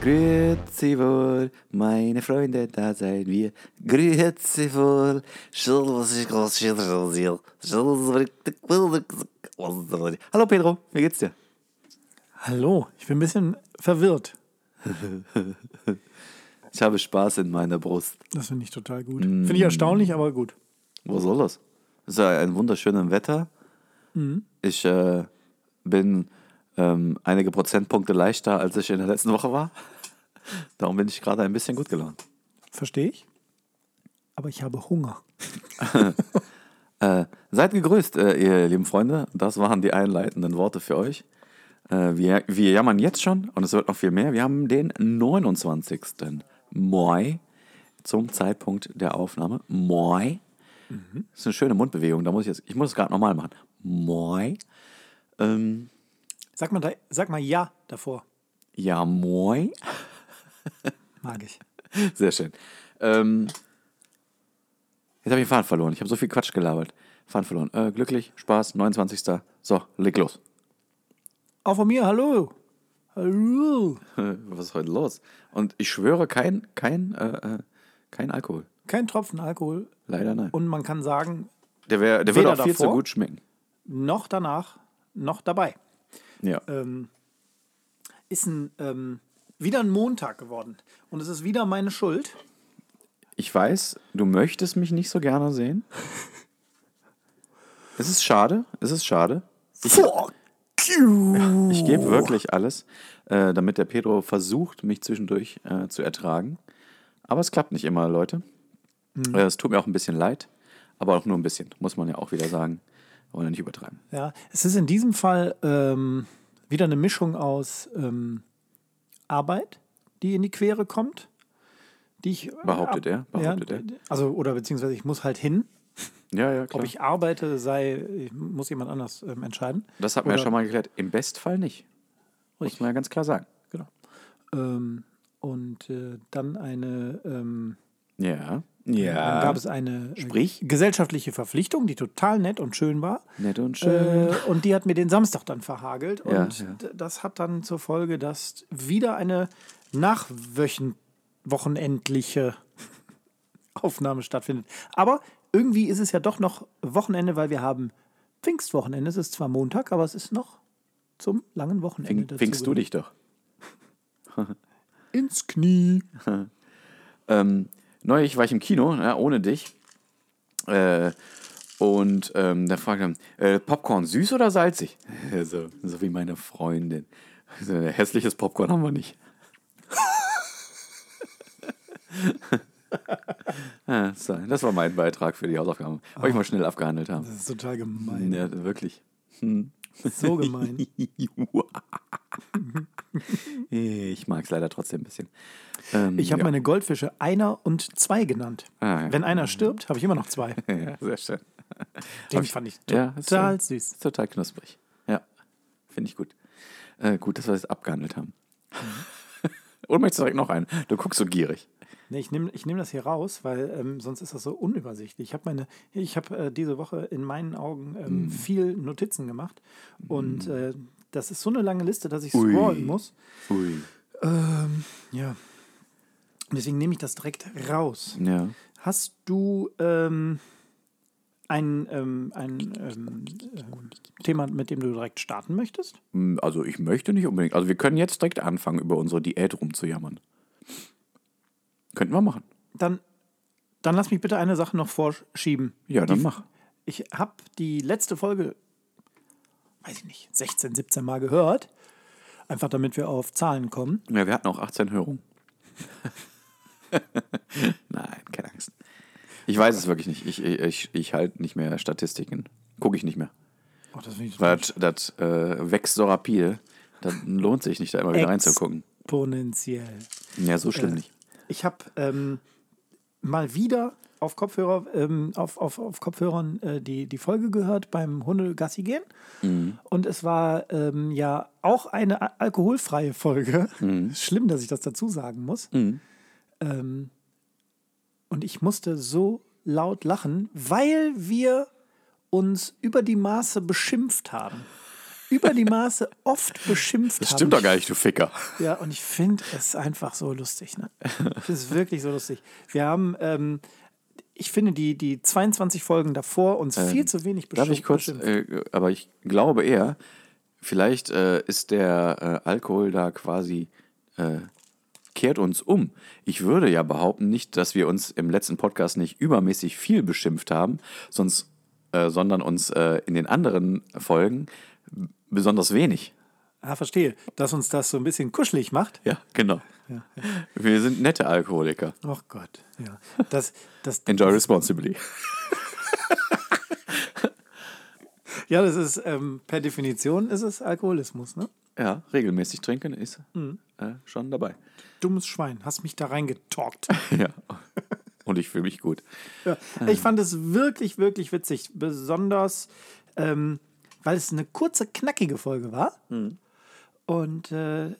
Grüezi wohl, meine Freunde, da seid wir. Grüezi wohl. Hallo Pedro, wie geht's dir? Hallo, ich bin ein bisschen verwirrt. Ich habe Spaß in meiner Brust. Das finde ich total gut. Finde ich erstaunlich, aber gut. Was soll das? Es ist ja ein wunderschönes Wetter. Ich bin einige Prozentpunkte leichter, als ich in der letzten Woche war. Darum bin ich gerade ein bisschen gut gelaunt. Verstehe ich. Aber ich habe Hunger. Seid gegrüßt, ihr lieben Freunde. Das waren die einleitenden Worte für euch. Wir jammern jetzt schon und es wird noch viel mehr. Wir haben den 29. Mai zum Zeitpunkt der Aufnahme. Mai. Das ist eine schöne Mundbewegung. Ich muss es gerade nochmal machen. Mai. Sag mal ja davor. Ja, moi. Mag ich. Sehr schön. Jetzt habe ich den Faden verloren. Ich habe so viel Quatsch gelabert. Faden verloren. Glücklich, Spaß, 29. So, leg los. Auch von mir, hallo. Hallo. Was ist heute los? Und ich schwöre, kein Alkohol. Kein Tropfen Alkohol. Leider nein. Und man kann sagen, Der würde weder auch viel zu davor, gut schmecken. noch danach, noch dabei. Ja. Ist wieder ein Montag geworden. Und es ist wieder meine Schuld. Ich weiß, du möchtest mich nicht so gerne sehen. Es ist schade. Fuck you. Ich gebe wirklich alles, damit der Pedro versucht, mich zwischendurch zu ertragen. Aber es klappt nicht immer, Leute. Es tut mir auch ein bisschen leid, aber auch nur ein bisschen, muss man ja auch wieder sagen. Wollen wir nicht übertreiben. Ja, es ist in diesem Fall wieder eine Mischung aus Arbeit, die in die Quere kommt. Die ich Behauptet er. Also, oder beziehungsweise ich muss halt hin. Ja, klar. Ob ich arbeite, muss jemand anders entscheiden. Das hatten wir ja schon mal geklärt. Im Bestfall nicht. Muss man ja ganz klar sagen. Genau. Und dann dann gab es eine Sprich? gesellschaftliche Verpflichtung, die total nett und schön war. Nett und schön. Und die hat mir den Samstag dann verhagelt. Ja, Und ja. das hat dann zur Folge, dass wieder eine wochenendliche Aufnahme stattfindet. Aber irgendwie ist es ja doch noch Wochenende, weil wir haben Pfingstwochenende. Es ist zwar Montag, aber es ist noch zum langen Wochenende dazu. Pfingst du dich doch. Ins Knie. Neulich war ich im Kino, ohne dich. Und da fragte er, Popcorn süß oder salzig? So wie meine Freundin. So, hässliches Popcorn haben wir nicht. So, das war mein Beitrag für die Hausaufgaben. Wollte ich mal schnell abgehandelt haben. Das ist total gemein. Ja, wirklich. So gemein. Ich mag es leider trotzdem ein bisschen. Ich habe meine Goldfische 1 und 2 genannt. Ja. Wenn einer stirbt, habe ich immer noch 2. Ja, sehr schön. Den fand ich Ist total süß. Ist total knusprig. Ja, finde ich gut. Gut, dass wir das abgehandelt haben. Oder möchtest du direkt noch einen? Du guckst so gierig. Nee, ich nehm das hier raus, weil sonst ist das so unübersichtlich. Ich habe diese Woche in meinen Augen viel Notizen gemacht. Und das ist so eine lange Liste, dass ich scrollen muss. Ui. Ja. Deswegen nehme ich das direkt raus. Ja. Hast du ein Thema, mit dem du direkt starten möchtest? Also ich möchte nicht unbedingt. Also wir können jetzt direkt anfangen, über unsere Diät rumzujammern. Könnten wir machen. Dann lass mich bitte eine Sache noch vorschieben. Ja, dann mach. Ich habe die letzte Folge, weiß ich nicht, 16, 17 Mal gehört. Einfach damit wir auf Zahlen kommen. Ja, wir hatten auch 18 Hörungen. Nein, keine Angst. Ich weiß es wirklich nicht. Ich halte nicht mehr Statistiken. Gucke ich nicht mehr. Oh, das finde ich Weil das wächst so rapide. Das lohnt sich nicht, da immer wieder reinzugucken. Exponentiell. Ja, so schlimm nicht. Ich habe mal wieder auf Kopfhörern die Folge gehört beim Hunde-Gassi gehen. Und es war ja auch eine alkoholfreie Folge. Schlimm, dass ich das dazu sagen muss. Und ich musste so laut lachen, weil wir uns über die Maße beschimpft haben. über die Maße oft beschimpft Das haben. stimmt doch gar nicht, du Ficker. Ja, und ich finde es einfach so lustig. Ne? Ich finde es wirklich so lustig. Wir haben, ich finde, die 22 Folgen davor uns viel zu wenig Darf ich kurz, beschimpft. aber ich glaube eher, vielleicht ist der Alkohol da quasi, kehrt uns um. Ich würde ja behaupten, nicht, dass wir uns im letzten Podcast nicht übermäßig viel beschimpft haben, sondern uns in den anderen Folgen besonders wenig. Ah, verstehe. Dass uns das so ein bisschen kuschelig macht. Ja, genau. Ja. Wir sind nette Alkoholiker. Ach Gott, ja. Das, Enjoy responsibly. ja, das ist, per Definition ist es Alkoholismus, ne? Ja, regelmäßig trinken ist schon dabei. Dummes Schwein, hast mich da reingetalkt. Ja. Und ich fühle mich gut. Ja. Ich fand es wirklich, wirklich witzig. Besonders, weil es eine kurze, knackige Folge war. Und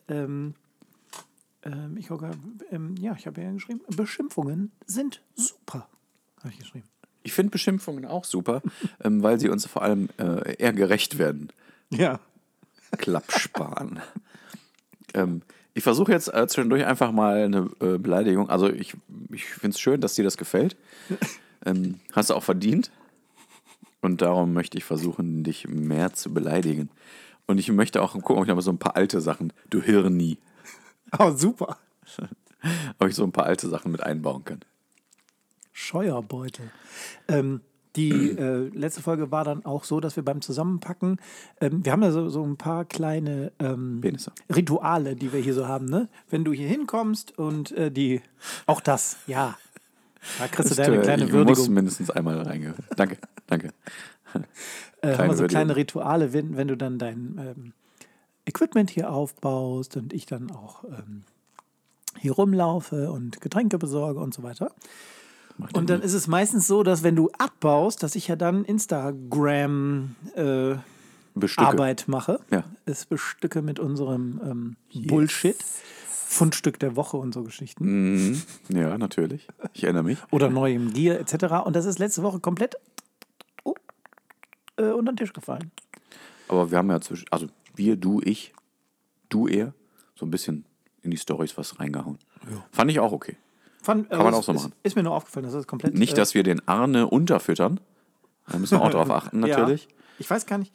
ich habe ja geschrieben, Beschimpfungen sind super. Habe ich geschrieben. Ich finde Beschimpfungen auch super, weil sie uns vor allem eher gerecht werden. Ja. Klappspan. Ich versuche jetzt zwischendurch einfach mal eine Beleidigung. Also ich finde es schön, dass dir das gefällt. Hast du auch verdient. Und darum möchte ich versuchen, dich mehr zu beleidigen. Und ich möchte auch gucken, ob ich noch mal so ein paar alte Sachen, du Hirni, Oh, super. ob ich so ein paar alte Sachen mit einbauen kann. Scheuerbeutel. Die letzte Folge war dann auch so, dass wir beim Zusammenpacken, wir haben ja so ein paar kleine Penisse. Rituale, die wir hier so haben, ne? Wenn du hier hinkommst und auch das, ja, da kriegst du deine kleine ich Würdigung. muss mindestens einmal reingehören. Danke. Haben wir so Würdigung. kleine Rituale, wenn du dann dein Equipment hier aufbaust und ich dann auch hier rumlaufe und Getränke besorge und so weiter. Und dann ist es meistens so, dass wenn du abbaust, dass ich ja dann Instagram Bestücke. Arbeit mache. Ja. Es bestücke mit unserem Bullshit. Fundstück der Woche und so Geschichten. Mhm. Ja, natürlich. Ich erinnere mich. Oder neuem Gear etc. Und das ist letzte Woche komplett unter den Tisch gefallen. Aber wir haben ja also wir, du, ich, du, er, so ein bisschen in die Storys was reingehauen. Ja. Fand ich auch okay. Kann man auch so machen. Ist mir nur aufgefallen, das ist komplett. Nicht, dass wir den Arne unterfüttern. Da müssen wir auch drauf achten, natürlich. Ja, ich weiß gar nicht.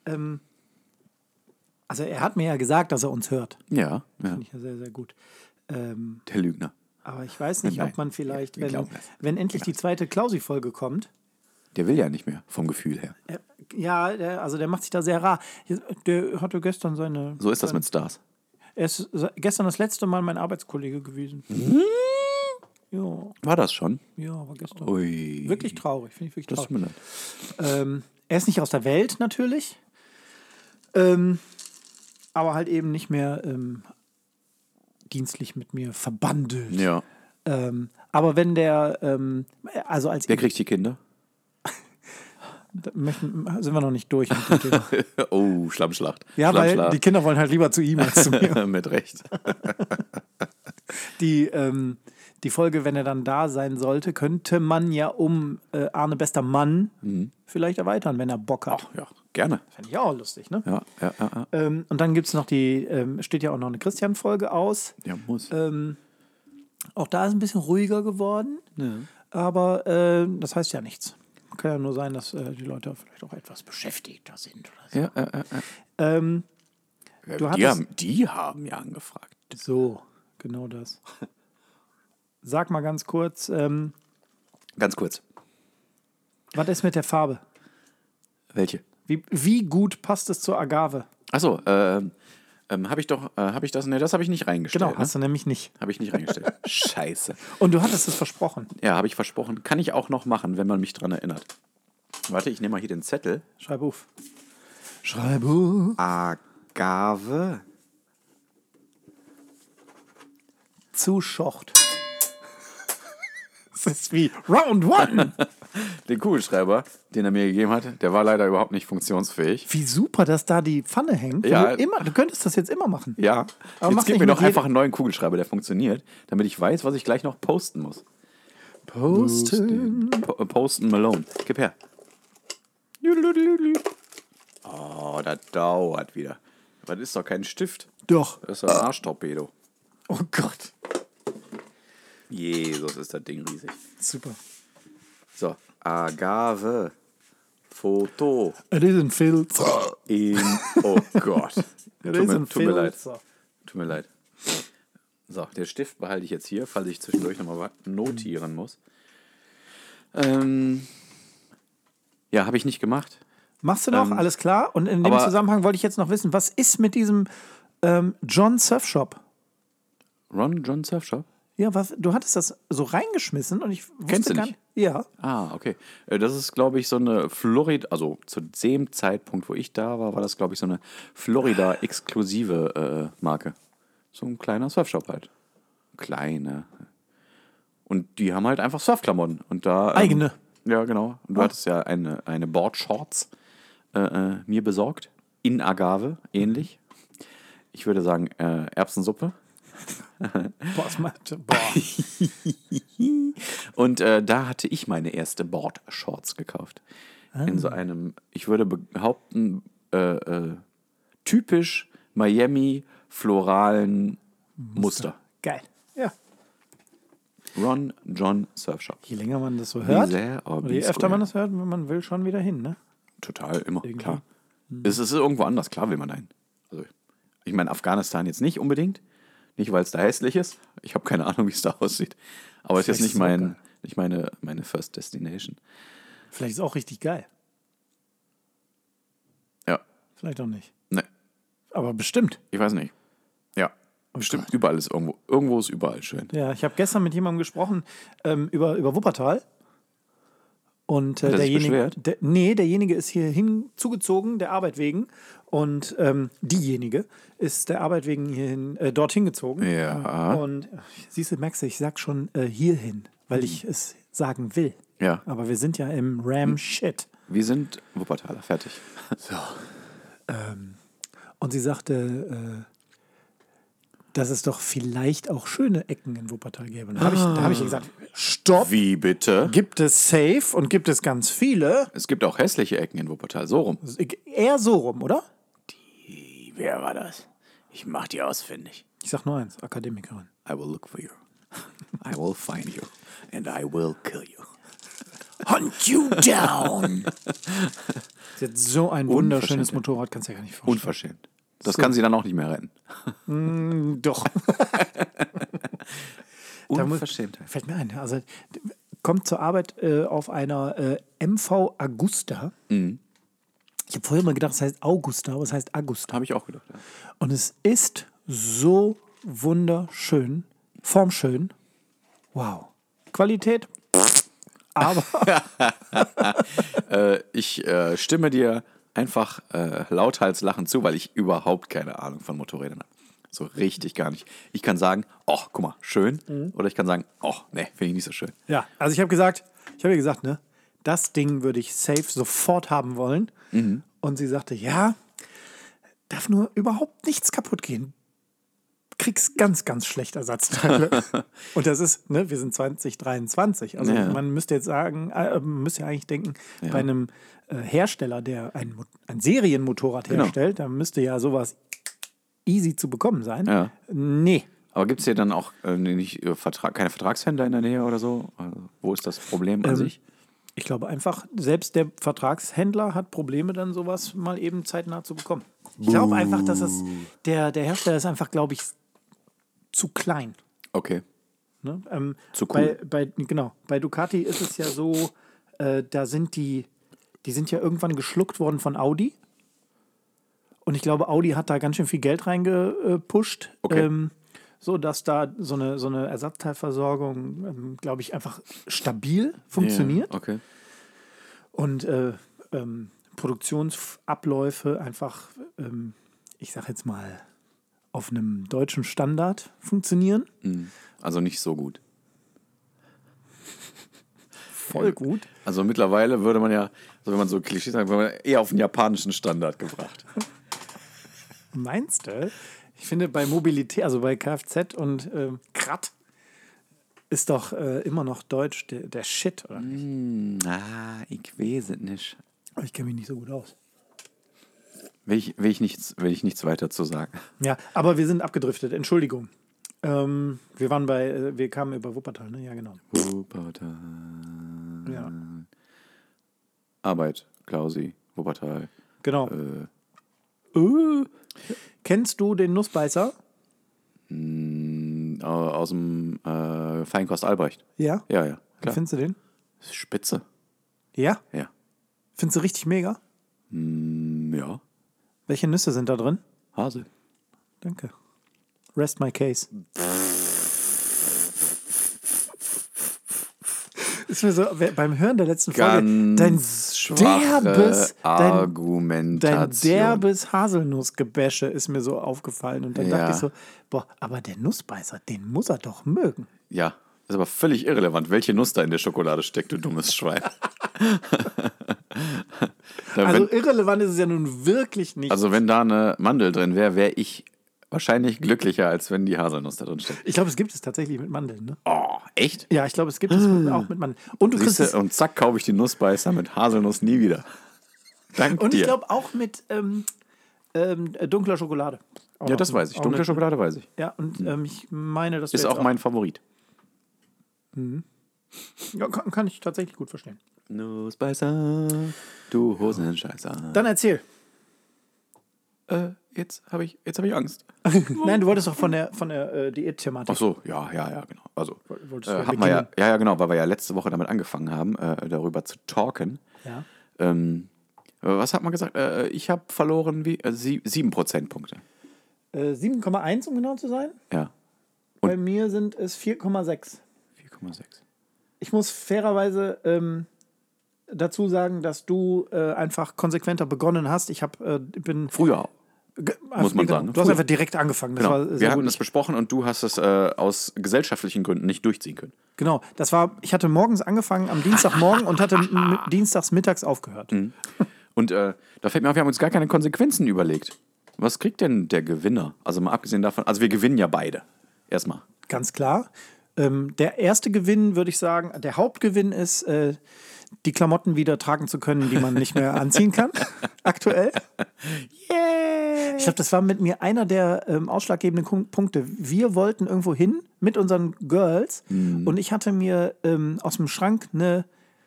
Also er hat mir ja gesagt, dass er uns hört. Ja. Finde ich ja sehr, sehr gut. Der Lügner. Aber ich weiß nicht, Nein. ob man vielleicht, Wir glauben das. wenn endlich die zweite Klausi-Folge kommt. Der will ja nicht mehr, vom Gefühl her. Ja, der macht sich da sehr rar. Der hatte gestern seine. So ist das mit Stars. Er ist gestern das letzte Mal mein Arbeitskollege gewesen. Ja, War das schon? ja, war gestern. Ui. Wirklich traurig, finde ich wirklich Das traurig. tut mir leid. Er ist nicht aus der Welt natürlich, aber halt eben nicht mehr dienstlich mit mir verbandelt. Ja. Aber wenn der, also als Wer kriegt die Kinder? sind wir noch nicht durch mit dem Thema. Oh, Schlammschlacht. Ja, weil Schlammschlacht. die Kinder wollen halt lieber zu ihm als zu mir. Mit Recht. Die Folge, wenn er dann da sein sollte, könnte man ja um Arne Bester Mann vielleicht erweitern, wenn er Bock hat. Ja, gerne. Fände ich auch lustig, ne? Ja. Und dann gibt es noch steht ja auch noch eine Christian-Folge aus. Ja, muss. Auch da ist ein bisschen ruhiger geworden. Ja. Aber das heißt ja nichts. Kann ja nur sein, dass die Leute vielleicht auch etwas beschäftigter sind. Oder so. Ja. Die haben ja angefragt. So, genau das. Sag mal ganz kurz, Ganz kurz. was ist mit der Farbe? Welche? Wie gut passt es zur Agave? Achso, habe ich das? Ne, das habe ich nicht reingestellt. Genau, hast du nämlich nicht. Habe ich nicht reingestellt. Scheiße. Und du hattest es versprochen. Ja, habe ich versprochen. Kann ich auch noch machen, wenn man mich dran erinnert. Warte, ich nehme mal hier den Zettel. Schreib auf. Schreib auf. Agave. Zuschocht. Das ist wie Round One. Den Kugelschreiber, den er mir gegeben hat, der war leider überhaupt nicht funktionsfähig. Wie super, dass da die Pfanne hängt. Ja. Du könntest das jetzt immer machen. Ja, Aber jetzt mach's gib nicht mir mit doch einfach einen neuen Kugelschreiber, der funktioniert, damit ich weiß, was ich gleich noch posten muss. Posten Malone. Gib her. Oh, das dauert wieder. Aber das ist doch kein Stift. Doch. Das ist doch ein Arschtorpedo. Oh Gott. Jesus, ist das Ding riesig. Super. So, Agave. Foto. Es ist ein Filzer. Oh Gott. Es ist ein Tut mir leid. Filzer. Tut mir leid. So, der Stift behalte ich jetzt hier, falls ich zwischendurch nochmal notieren muss. Ja, habe ich nicht gemacht. Machst du noch? Alles klar? Und in dem aber- Zusammenhang wollte ich jetzt noch wissen, was ist mit diesem John Surf Shop? John Surf Shop? Ja, was? Du hattest das so reingeschmissen und ich wusste Kennst du gar nicht? Ja. Ah, okay. Das ist, glaube ich, so eine Florida, also zu dem Zeitpunkt, wo ich da war, war das, glaube ich, so eine Florida-exklusive Marke. So ein kleiner Surfshop halt. Kleine. Und die haben halt einfach Surfklamotten. Und da, Eigene. Ja, genau. Und du hattest ja eine Boardshorts mir besorgt. In Agave, ähnlich. Ich würde sagen, Erbsensuppe. Boah, das macht, boah. Und da hatte ich meine erste Boardshorts gekauft. In so einem, ich würde behaupten, typisch Miami floralen Muster. Geil. Ja. John Surf Shop. Je länger man das so hört, Sehr oder je öfter man das hört, man will schon wieder hin, ne? Total, immer, Irgendwie. klar. Es ist irgendwo anders, klar will man dahin. Also, ich meine, Afghanistan jetzt nicht unbedingt. Nicht, weil es da hässlich ist. Ich habe keine Ahnung, wie es da aussieht. Aber es ist jetzt nicht meine First Destination. Vielleicht ist es auch richtig geil. Ja, Vielleicht auch nicht. ne, Aber bestimmt. ich weiß nicht. Ja, bestimmt, überall ist irgendwo. Irgendwo ist überall schön. Ja, ich habe gestern mit jemandem gesprochen über Wuppertal. Und Hat er sich derjenige, beschwert? derjenige ist hierhin zugezogen, der Arbeit wegen. Und diejenige ist der Arbeit wegen dorthin gezogen. Ja. Und siehst du, merkst du, ich sag schon hierhin, weil ich es sagen will. Ja. Aber wir sind ja im Ram-Shit. Wir sind Wuppertaler, fertig. Und sie sagte, dass es doch vielleicht auch schöne Ecken in Wuppertal gäbe. Und da hab ich gesagt, stopp, Wie bitte? gibt es safe und gibt es ganz viele. Es gibt auch hässliche Ecken in Wuppertal, so rum. Eher so rum, oder? Wer war das? Ich mach die ausfindig. Ich sag nur eins, Akademikerin. I will look for you. I will find you. And I will kill you. Hunt you down. Sie hat so ein wunderschönes Unverschämt. Motorrad, kannst du ja gar nicht vorstellen. Unverschämt. Das kann sie dann auch nicht mehr retten. Doch. Unverschämtheit. Fällt mir ein, also kommt zur Arbeit auf einer MV Augusta. Ich habe vorher mal gedacht, es heißt Augusta, aber es heißt Augusta. Habe ich auch gedacht. Ja. Und es ist so wunderschön, formschön. Wow. Qualität? Aber Ich stimme dir einfach lauthals lachend zu, weil ich überhaupt keine Ahnung von Motorrädern habe. So richtig gar nicht. Ich kann sagen, oh, guck mal, schön. Oder ich kann sagen, oh, nee, finde ich nicht so schön. ja, also ich habe ihr gesagt, ne, das Ding würde ich safe sofort haben wollen. Und sie sagte, ja, darf nur überhaupt nichts kaputt gehen. Kriegst ganz, ganz schlechte Ersatzteile. Und das ist, ne, wir sind 2023. Also Ja. man müsste jetzt sagen, müsste ja eigentlich denken, bei einem Hersteller, der ein Serienmotorrad Genau. herstellt, da müsste ja sowas easy zu bekommen sein. Ja. Nee. Aber gibt es hier dann auch nicht keine Vertragshändler in der Nähe oder so? Also, wo ist das Problem an sich? Ich glaube einfach, selbst der Vertragshändler hat Probleme, dann sowas mal eben zeitnah zu bekommen. Ich glaube einfach, dass der Hersteller ist einfach, glaube ich, zu klein. Okay. Ne? Zu cool. Bei Ducati ist es ja so, da sind die sind ja irgendwann geschluckt worden von Audi. Und ich glaube, Audi hat da ganz schön viel Geld reingepusht. Okay. So dass da so eine Ersatzteilversorgung, glaube ich, einfach stabil funktioniert. Ja, okay. Und Produktionsabläufe einfach, ich sag jetzt mal, auf einem deutschen Standard funktionieren. Also nicht so gut. Voll gut. Also mittlerweile würde man ja, also wenn man so Klischees sagt, würde man eher auf den japanischen Standard gebracht. Meinst du? Ich finde, bei Mobilität, also bei Kfz und Krat, ist doch immer noch Deutsch der Shit, oder nicht? Ich weiß es nicht. Aber ich kenne mich nicht so gut aus. Will ich nichts weiter zu sagen. Ja, aber wir sind abgedriftet. Entschuldigung. Wir kamen über Wuppertal, ne? Ja, genau. Wuppertal. Ja. Arbeit, Klausi, Wuppertal. Genau. Kennst du den Nussbeißer? Aus dem Feinkost Albrecht. Ja. Ja, Wie klar. findest du den? Spitze. Ja? Ja. Findest du richtig mega? Ja. Welche Nüsse sind da drin? Hasel. Danke. Rest my case. Ist mir so beim Hören der letzten Folge dein derbes Haselnussgebäsche ist mir so aufgefallen und dann dachte ich so, boah, aber der Nussbeißer, den muss er doch mögen. Ja, ist aber völlig irrelevant, welche Nuss da in der Schokolade steckt, du dummes Schwein. Also irrelevant ist es ja nun wirklich nicht. Also wenn da eine Mandel drin wäre ich wahrscheinlich glücklicher, als wenn die Haselnuss da drin steckt. Ich glaube, es gibt es tatsächlich mit Mandeln, ne? Oh, echt? Ja, ich glaube, es gibt es auch mit Mandeln. Und du kriegst es, Und zack, kaufe ich die Nussbeißer mit Haselnuss nie wieder. Dank dir. und ich glaube auch mit dunkler Schokolade. Auch Ja, noch. das weiß ich. Auch Dunkle mit- Schokolade weiß ich. Ja, und ich meine, das Ist wäre auch mein Favorit. Ja, kann ich tatsächlich gut verstehen. Nussbeißer, du Hosenscheißer. Dann erzähl. Jetzt habe ich Angst. Nein, du wolltest doch von der Diät-Thematik. Ach so, ja, genau. Also, Wolltest du hatten wir ja, genau, weil wir ja letzte Woche damit angefangen haben, darüber zu talken. Ja. Was hat man gesagt? Ich habe verloren 7 Prozentpunkte. 7,1, um genau zu sein. Ja, Bei mir sind es 4,6. 4,6. Ich muss fairerweise dazu sagen, dass du einfach konsequenter begonnen hast. Ich bin Früher, muss man sagen. Du hast einfach direkt angefangen. Das Genau. war sehr Wir hatten gut. das besprochen und du hast es aus gesellschaftlichen Gründen nicht durchziehen können. Genau, ich hatte morgens angefangen am Dienstagmorgen und hatte dienstags mittags aufgehört. Und da fällt mir auf, wir haben uns gar keine Konsequenzen überlegt. Was kriegt denn der Gewinner? Also mal abgesehen davon, also wir gewinnen ja beide. Erstmal. Ganz klar. Der erste Gewinn, würde ich sagen, der Hauptgewinn ist, die Klamotten wieder tragen zu können, die man nicht mehr anziehen kann, aktuell. Yeah! Ich glaube, das war mit mir einer der ausschlaggebenden Punkte. Wir wollten irgendwo hin mit unseren Girls und ich hatte mir aus dem Schrank eine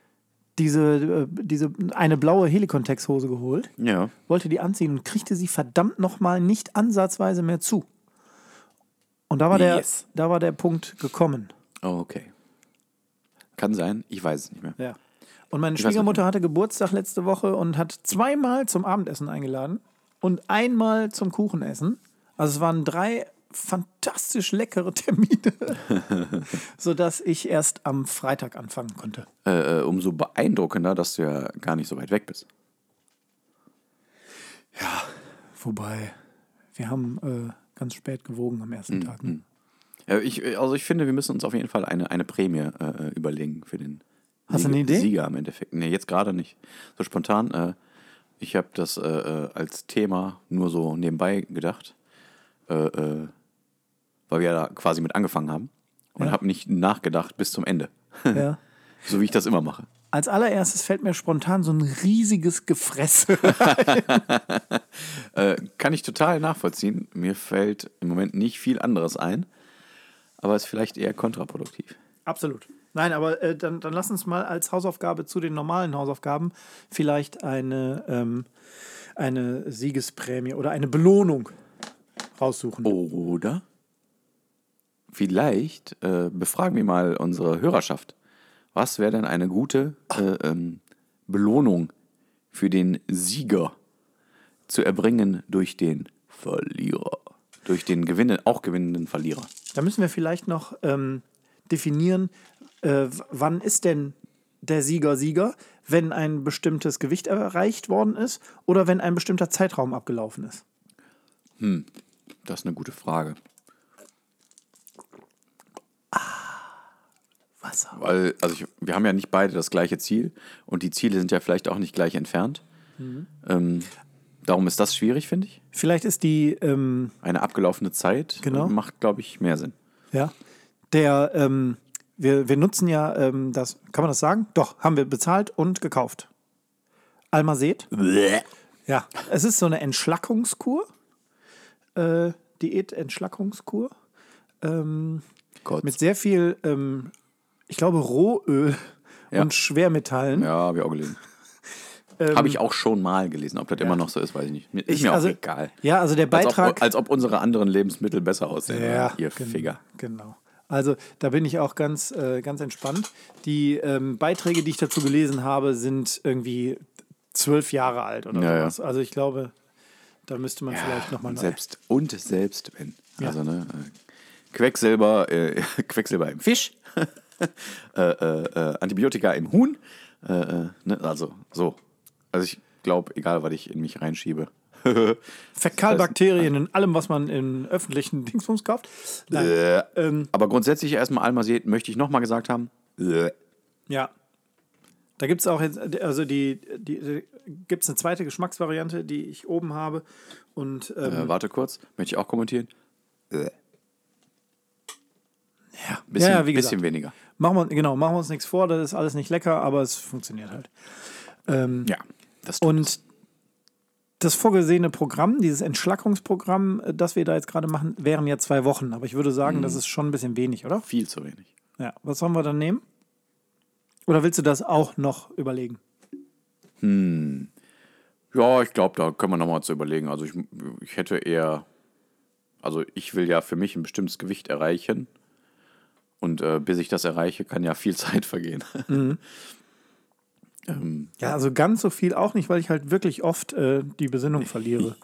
blaue Helikontex-Hose geholt, Ja. wollte die anziehen und kriegte sie verdammt nochmal nicht ansatzweise mehr zu. Und da war der Punkt gekommen. Oh, okay. Kann sein, ich weiß es nicht mehr. Ja. Und meine Ich weiß Schwiegermutter hatte Geburtstag letzte Woche und hat 2-mal zum Abendessen eingeladen und einmal zum Kuchenessen. Also es waren 3 fantastisch leckere Termine, sodass ich erst am Freitag anfangen konnte. Umso beeindruckender, dass du ja gar nicht so weit weg bist. Ja, wobei, wir haben ganz spät gewogen am ersten Tag. Ne? Ich finde, wir müssen uns auf jeden Fall eine Prämie überlegen für den Hast du eine Idee? Sieger im Endeffekt. Nee, jetzt gerade nicht. So spontan. Ich habe das als Thema nur so nebenbei gedacht, weil wir ja da quasi mit angefangen haben und habe nicht nachgedacht bis zum Ende. Ja. So wie ich das immer mache. Als allererstes fällt mir spontan so ein riesiges Gefresse. Kann ich total nachvollziehen. Mir fällt im Moment nicht viel anderes ein, aber ist vielleicht eher kontraproduktiv. Absolut. Nein, aber dann lass uns mal als Hausaufgabe zu den normalen Hausaufgaben vielleicht eine Siegesprämie oder eine Belohnung raussuchen. Oder vielleicht befragen wir mal unsere Hörerschaft. Was wäre denn eine gute Belohnung für den Sieger zu erbringen durch den Verlierer? Durch den gewinnenden Verlierer. Da müssen wir vielleicht noch definieren, wann ist denn der Sieger, wenn ein bestimmtes Gewicht erreicht worden ist oder wenn ein bestimmter Zeitraum abgelaufen ist. Das ist eine gute Frage. Wasser. Weil, wir haben ja nicht beide das gleiche Ziel und die Ziele sind ja vielleicht auch nicht gleich entfernt. Darum ist das schwierig, finde ich. Vielleicht ist die Eine abgelaufene Zeit macht, glaube ich, mehr Sinn. Ja. Wir nutzen ja das, kann man das sagen? Doch, haben wir bezahlt und gekauft. Almased. Ja, es ist so eine Entschlackungskur. Diät-Entschlackungskur. Gott. Mit sehr viel, ich glaube, Rohöl Ja. und Schwermetallen. Ja, habe ich auch gelesen. Habe ich auch schon mal gelesen. Ob das immer noch so ist, weiß ich nicht. Ist mir auch egal. Ja, also der Beitrag. Als ob unsere anderen Lebensmittel besser aussehen. Ja, Ihr Ficker. Genau. Also da bin ich auch ganz entspannt. Die Beiträge, die ich dazu gelesen habe, sind irgendwie 12 Jahre alt oder sowas. Also ich glaube, da müsste man vielleicht nochmal selbst wenn. Also ne, Quecksilber im Fisch, Antibiotika im Huhn. Ne, also so. Also ich glaube, egal, was ich in mich reinschiebe. Fäkalbakterien in allem, was man in öffentlichen Dingsbums kauft. Aber grundsätzlich erstmal Almased möchte ich nochmal gesagt haben. Ja. Da gibt es auch jetzt, also gibt's eine zweite Geschmacksvariante, die ich oben habe. Und Warte kurz, möchte ich auch kommentieren. ja, wie gesagt, bisschen weniger. Machen wir uns nichts vor, das ist alles nicht lecker, aber es funktioniert halt. Ja, das tut Und das vorgesehene Programm, dieses Entschlackungsprogramm, das wir da jetzt gerade machen, wären ja 2 Wochen. Aber ich würde sagen, das ist schon ein bisschen wenig, oder? viel zu wenig. Ja. Was sollen wir dann nehmen? Oder willst du das auch noch überlegen? Ja, ich glaube, da können wir nochmal zu überlegen. Also ich hätte eher, also ich will ja für mich ein bestimmtes Gewicht erreichen. Und bis ich das erreiche, kann ja viel Zeit vergehen. Ja, also ganz so viel auch nicht, weil ich halt wirklich oft die Besinnung verliere.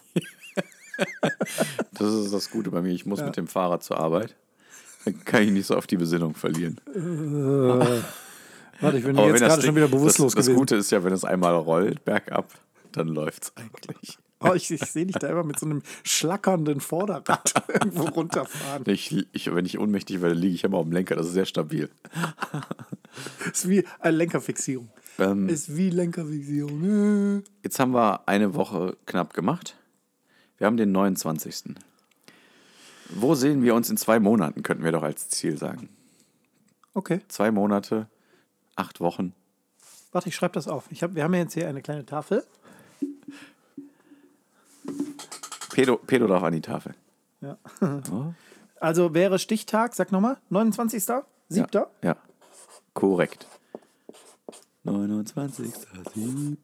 Das ist das Gute bei mir. Ich muss mit dem Fahrrad zur Arbeit. Dann kann ich nicht so oft die Besinnung verlieren. Warte, ich bin jetzt gerade schon wieder bewusstlos gewesen. Das Gute ist ja, wenn es einmal rollt, bergab, dann läuft's eigentlich. Oh, ich sehe dich da immer mit so einem schlackernden Vorderrad irgendwo runterfahren. Wenn ich ohnmächtig werde, liege ich immer auf dem Lenker. Das ist sehr stabil. Ist wie eine Lenkerfixierung. Jetzt haben wir eine Woche knapp gemacht. Wir haben den 29. Wo sehen wir uns in 2 Monaten, könnten wir doch als Ziel sagen. Okay. 2 Monate, 8 Wochen. Warte, ich schreibe das auf. Wir haben jetzt hier eine kleine Tafel. Pedo darf an die Tafel. Ja. Also wäre Stichtag, sag nochmal, 29.07. Ja, korrekt. 29.07.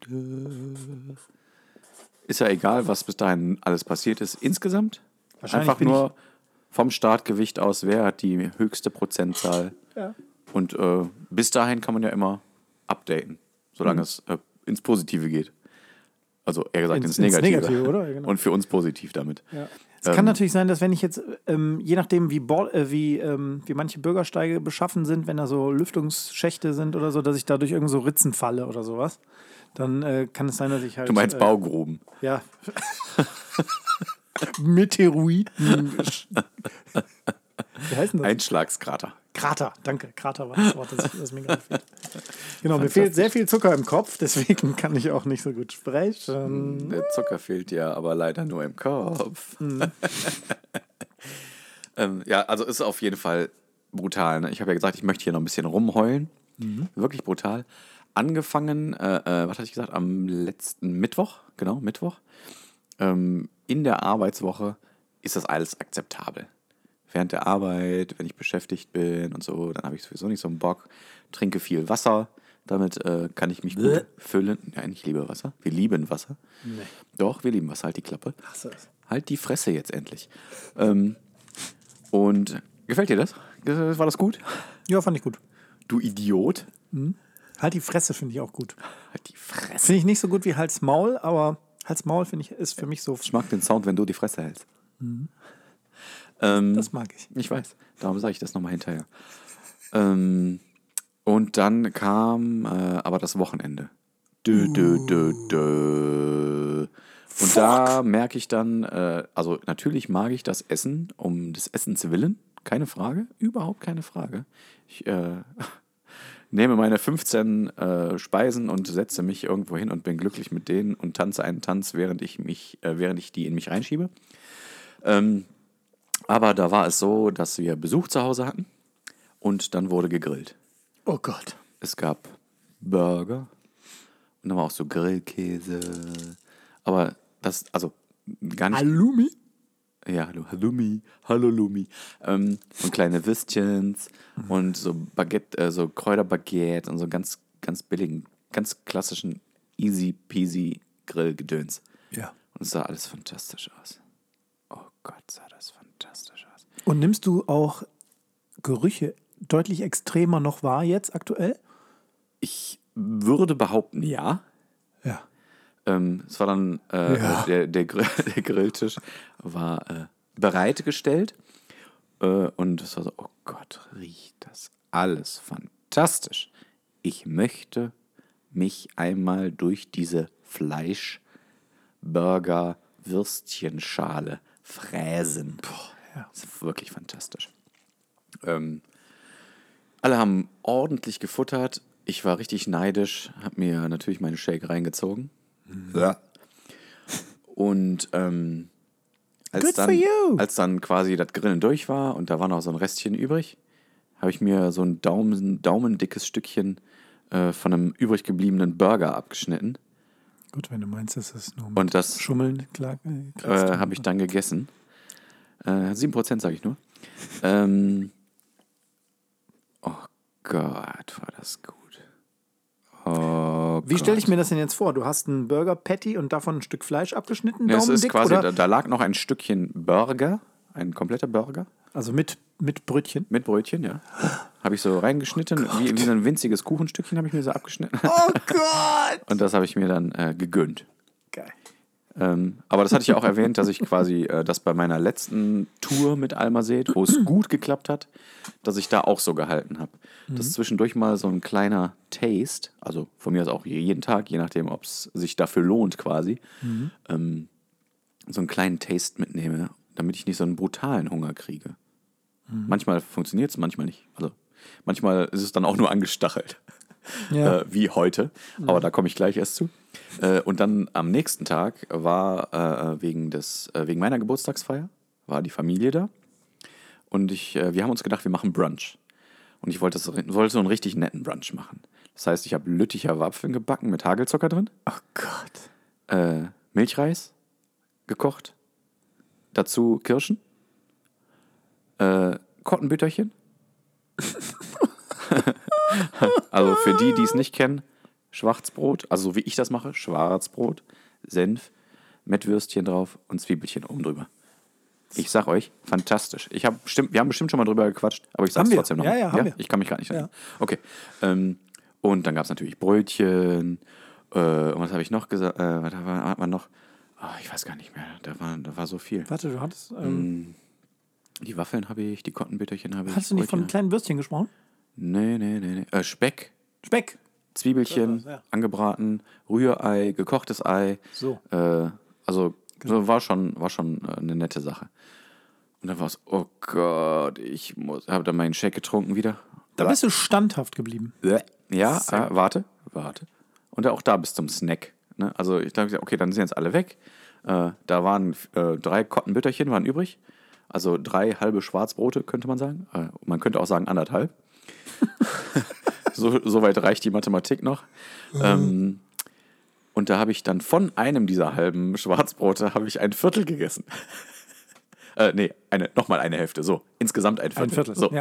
Ist ja egal, was bis dahin alles passiert ist. Insgesamt Wahrscheinlich einfach nur vom Startgewicht aus, wer hat die höchste Prozentzahl. Ja. Und bis dahin kann man ja immer updaten, solange es ins Positive geht. Also eher gesagt ins Negative. Oder? Ja, genau. Und für uns positiv damit. Ja. Es kann natürlich sein, dass wenn ich jetzt, je nachdem wie manche Bürgersteige beschaffen sind, wenn da so Lüftungsschächte sind oder so, dass ich dadurch irgend so Ritzen falle oder sowas, dann kann es sein, dass ich halt... Du meinst Baugruben? Ja. Meteoriten. Wie heißen das? Einschlagskrater. Krater, danke. Krater war das Wort, das mir gerade fehlt. Genau, mir fehlt sehr viel Zucker im Kopf, deswegen kann ich auch nicht so gut sprechen. Der Zucker fehlt ja, aber leider nur im Kopf. Ja, also ist auf jeden Fall brutal. Ne? Ich habe ja gesagt, ich möchte hier noch ein bisschen rumheulen. Wirklich brutal. Angefangen, was hatte ich gesagt, am letzten Mittwoch, genau, Mittwoch. In der Arbeitswoche ist das alles akzeptabel. Während der Arbeit, wenn ich beschäftigt bin und so, dann habe ich sowieso nicht so einen Bock. Trinke viel Wasser, damit kann ich mich gut füllen. Nein, ich liebe Wasser. Wir lieben Wasser. Nee. Doch, wir lieben Wasser. Halt die Klappe. Hasse es. Halt die Fresse jetzt endlich. Und gefällt dir das? War das gut? Ja, fand ich gut. Du Idiot. Halt die Fresse finde ich auch gut. Halt die Fresse. Finde ich nicht so gut wie Hals-Maul, aber Hals-Maul finde ich ist für mich so... Ich mag den Sound, wenn du die Fresse hältst. Das mag ich. Ich weiß, darum sage ich das nochmal hinterher. Und dann kam aber das Wochenende. Und da merke ich dann, also natürlich mag ich das Essen um des Essens willen, keine Frage, überhaupt keine Frage. Ich nehme meine 15 Speisen und setze mich irgendwo hin und bin glücklich mit denen und tanze einen Tanz, während ich die in mich reinschiebe. Aber da war es so, dass wir Besuch zu Hause hatten und dann wurde gegrillt. Oh Gott. Es gab Burger und dann war auch so Grillkäse. aber das, also gar nicht. Halloumi? Ja, hallo Lumi. Und kleine Würstchens und so Baguette, so Kräuterbaguette und so ganz, ganz billigen, ganz klassischen easy peasy Grillgedöns. Ja. Und es sah alles fantastisch aus. Oh Gott, sah das fantastisch aus. Und nimmst du auch Gerüche deutlich extremer noch wahr jetzt aktuell? Ich würde behaupten, ja. Ja. Es war dann, der Grilltisch war bereitgestellt und es war so, oh Gott, riecht das alles fantastisch. Ich möchte mich einmal durch diese Fleisch-Burger-Würstchenschale fräsen. Ja. Das ist wirklich fantastisch. Alle haben ordentlich gefuttert. Ich war richtig neidisch, habe mir natürlich meine Shake reingezogen. Ja. Und als dann quasi das Grillen durch war und da war noch so ein Restchen übrig, habe ich mir so ein daumendickes Stückchen von einem übrig gebliebenen Burger abgeschnitten. Gut, wenn du meinst, dass es nur mit Und das Schummeln klar. habe ich dann gegessen. 7% sage ich nur. Oh Gott, war das gut. Oh Wie stelle ich mir das denn jetzt vor? Du hast einen Burger Patty und davon ein Stück Fleisch abgeschnitten, Ja, es ist daumendick, quasi, oder? da lag noch ein Stückchen Burger, ein kompletter Burger Also mit Brötchen. mit Brötchen, ja. Habe ich so reingeschnitten, wie so ein winziges Kuchenstückchen habe ich mir so abgeschnitten. Oh Gott! Und das habe ich mir dann gegönnt. Geil. Aber das hatte ich ja auch erwähnt, dass ich quasi das bei meiner letzten Tour mit Alma Seed, wo es gut geklappt hat, dass ich da auch so gehalten habe. Dass zwischendurch mal so ein kleiner Taste, also von mir aus auch jeden Tag, je nachdem, ob es sich dafür lohnt quasi, so einen kleinen Taste mitnehme, damit ich nicht so einen brutalen Hunger kriege. Manchmal funktioniert es, manchmal nicht. Also manchmal ist es dann auch nur angestachelt. Ja. Wie heute, aber da komme ich gleich erst zu. Und dann am nächsten Tag war wegen meiner Geburtstagsfeier, war die Familie da und wir haben uns gedacht, wir machen Brunch. Und ich wollte so einen richtig netten Brunch machen. Das heißt, ich habe Lütticher Waffeln gebacken mit Hagelzucker drin, Oh Gott. Milchreis gekocht, dazu Kirschen, Kottenbütterchen. Also für die es nicht kennen, Schwarzbrot, also so wie ich das mache, Schwarzbrot, Senf, Mettwürstchen drauf und Zwiebelchen oben drüber. Ich sag euch, fantastisch. Wir haben bestimmt schon mal drüber gequatscht, aber ich sag's trotzdem noch. Ja, haben wir. Ich kann mich gar nicht erinnern. Ja. Okay. Und dann gab es natürlich Brötchen. Und was habe ich noch gesagt? Was hat man noch? Oh, ich weiß gar nicht mehr. Da war so viel. Warte, du hattest. Die Waffeln habe ich, die Kottenbütterchen habe ich. Hast du nicht von Brötchen. kleinen Würstchen gesprochen? Nee. Speck, Speck. Zwiebelchen, Ja. angebraten, Rührei, gekochtes Ei. So. Also so war schon eine nette Sache. Und dann war es, oh Gott, ich habe dann meinen Shake getrunken wieder. Da bist du standhaft geblieben. Ja, warte. Und auch da bis zum Snack. Ne? Also ich dachte, okay, dann sind jetzt alle weg. Da waren 3 Kottenbütterchen waren übrig. Also 3 halbe Schwarzbrote, könnte man sagen. Man könnte auch sagen 1,5. So weit reicht die Mathematik noch. Und da habe ich dann von einem dieser halben Schwarzbrote habe ich ein Viertel gegessen. Nochmal eine Hälfte. So, insgesamt ein Viertel. Ein Viertel, so. ja.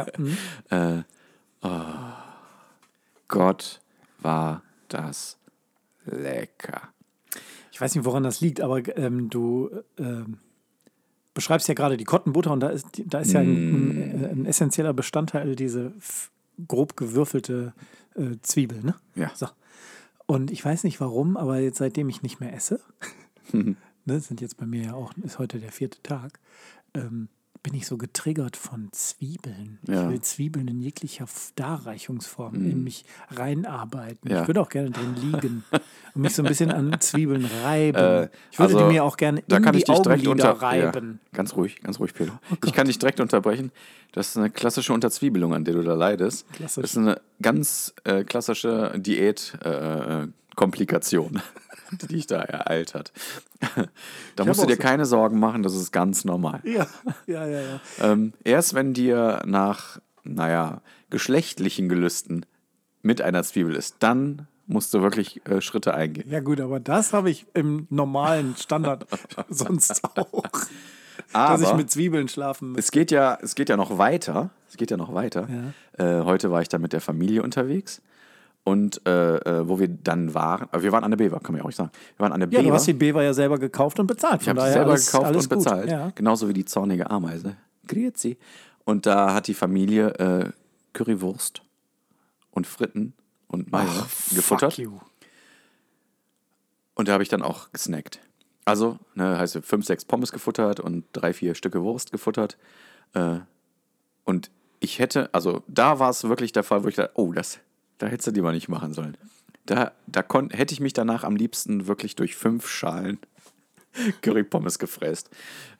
Gott, war das lecker. Ich weiß nicht, woran das liegt, aber du beschreibst ja gerade die Kottenbutter und da ist ja ein essentieller Bestandteil diese grob gewürfelte Zwiebel, ne? Ja. So. Und ich weiß nicht warum, aber jetzt seitdem ich nicht mehr esse, ne, sind jetzt bei mir ja auch, ist heute der 4. Tag, bin ich so getriggert von Zwiebeln. Ja. Ich will Zwiebeln in jeglicher Darreichungsform in mich reinarbeiten. Ja. Ich würde auch gerne drin liegen und mich so ein bisschen an Zwiebeln reiben. Ich würde die mir auch gerne da in kann die ich dich direkt Augenlider reiben. Ja, ganz ruhig, Pedro. Ich kann dich direkt unterbrechen. Das ist eine klassische Unterzwiebelung, an der du da leidest. Klassisch. Das ist eine ganz klassische Diät-Komplikation, die dich da ereilt hat. Da musst du dir keine Sorgen machen, das ist ganz normal. Ja. Erst wenn dir nach, geschlechtlichen Gelüsten mit einer Zwiebel ist, dann musste wirklich Schritte eingehen. Ja gut, aber das habe ich im normalen Standard sonst auch. Aber dass ich mit Zwiebeln schlafen muss. es geht ja noch weiter. Heute war ich da mit der Familie unterwegs. Und wo wir dann waren, wir waren an der Bever, kann man ja auch nicht sagen. Wir waren an der Ja, Bever. du hast die Bever ja selber gekauft und bezahlt. Ich habe sie selber gekauft und bezahlt. Ja. Genauso wie die zornige Ameise. Grüezi. Und da hat die Familie Currywurst und Fritten und Mayo gefuttert. Fuck you. Und da habe ich dann auch gesnackt. Also, heißt 5, 6 Pommes gefuttert und 3, 4 Stücke Wurst gefuttert. Und ich hätte, also da war es wirklich der Fall, wo ich dachte, oh, da hättest du lieber nicht machen sollen. Da hätte ich mich danach am liebsten wirklich durch 5 Schalen Currypommes gefräst.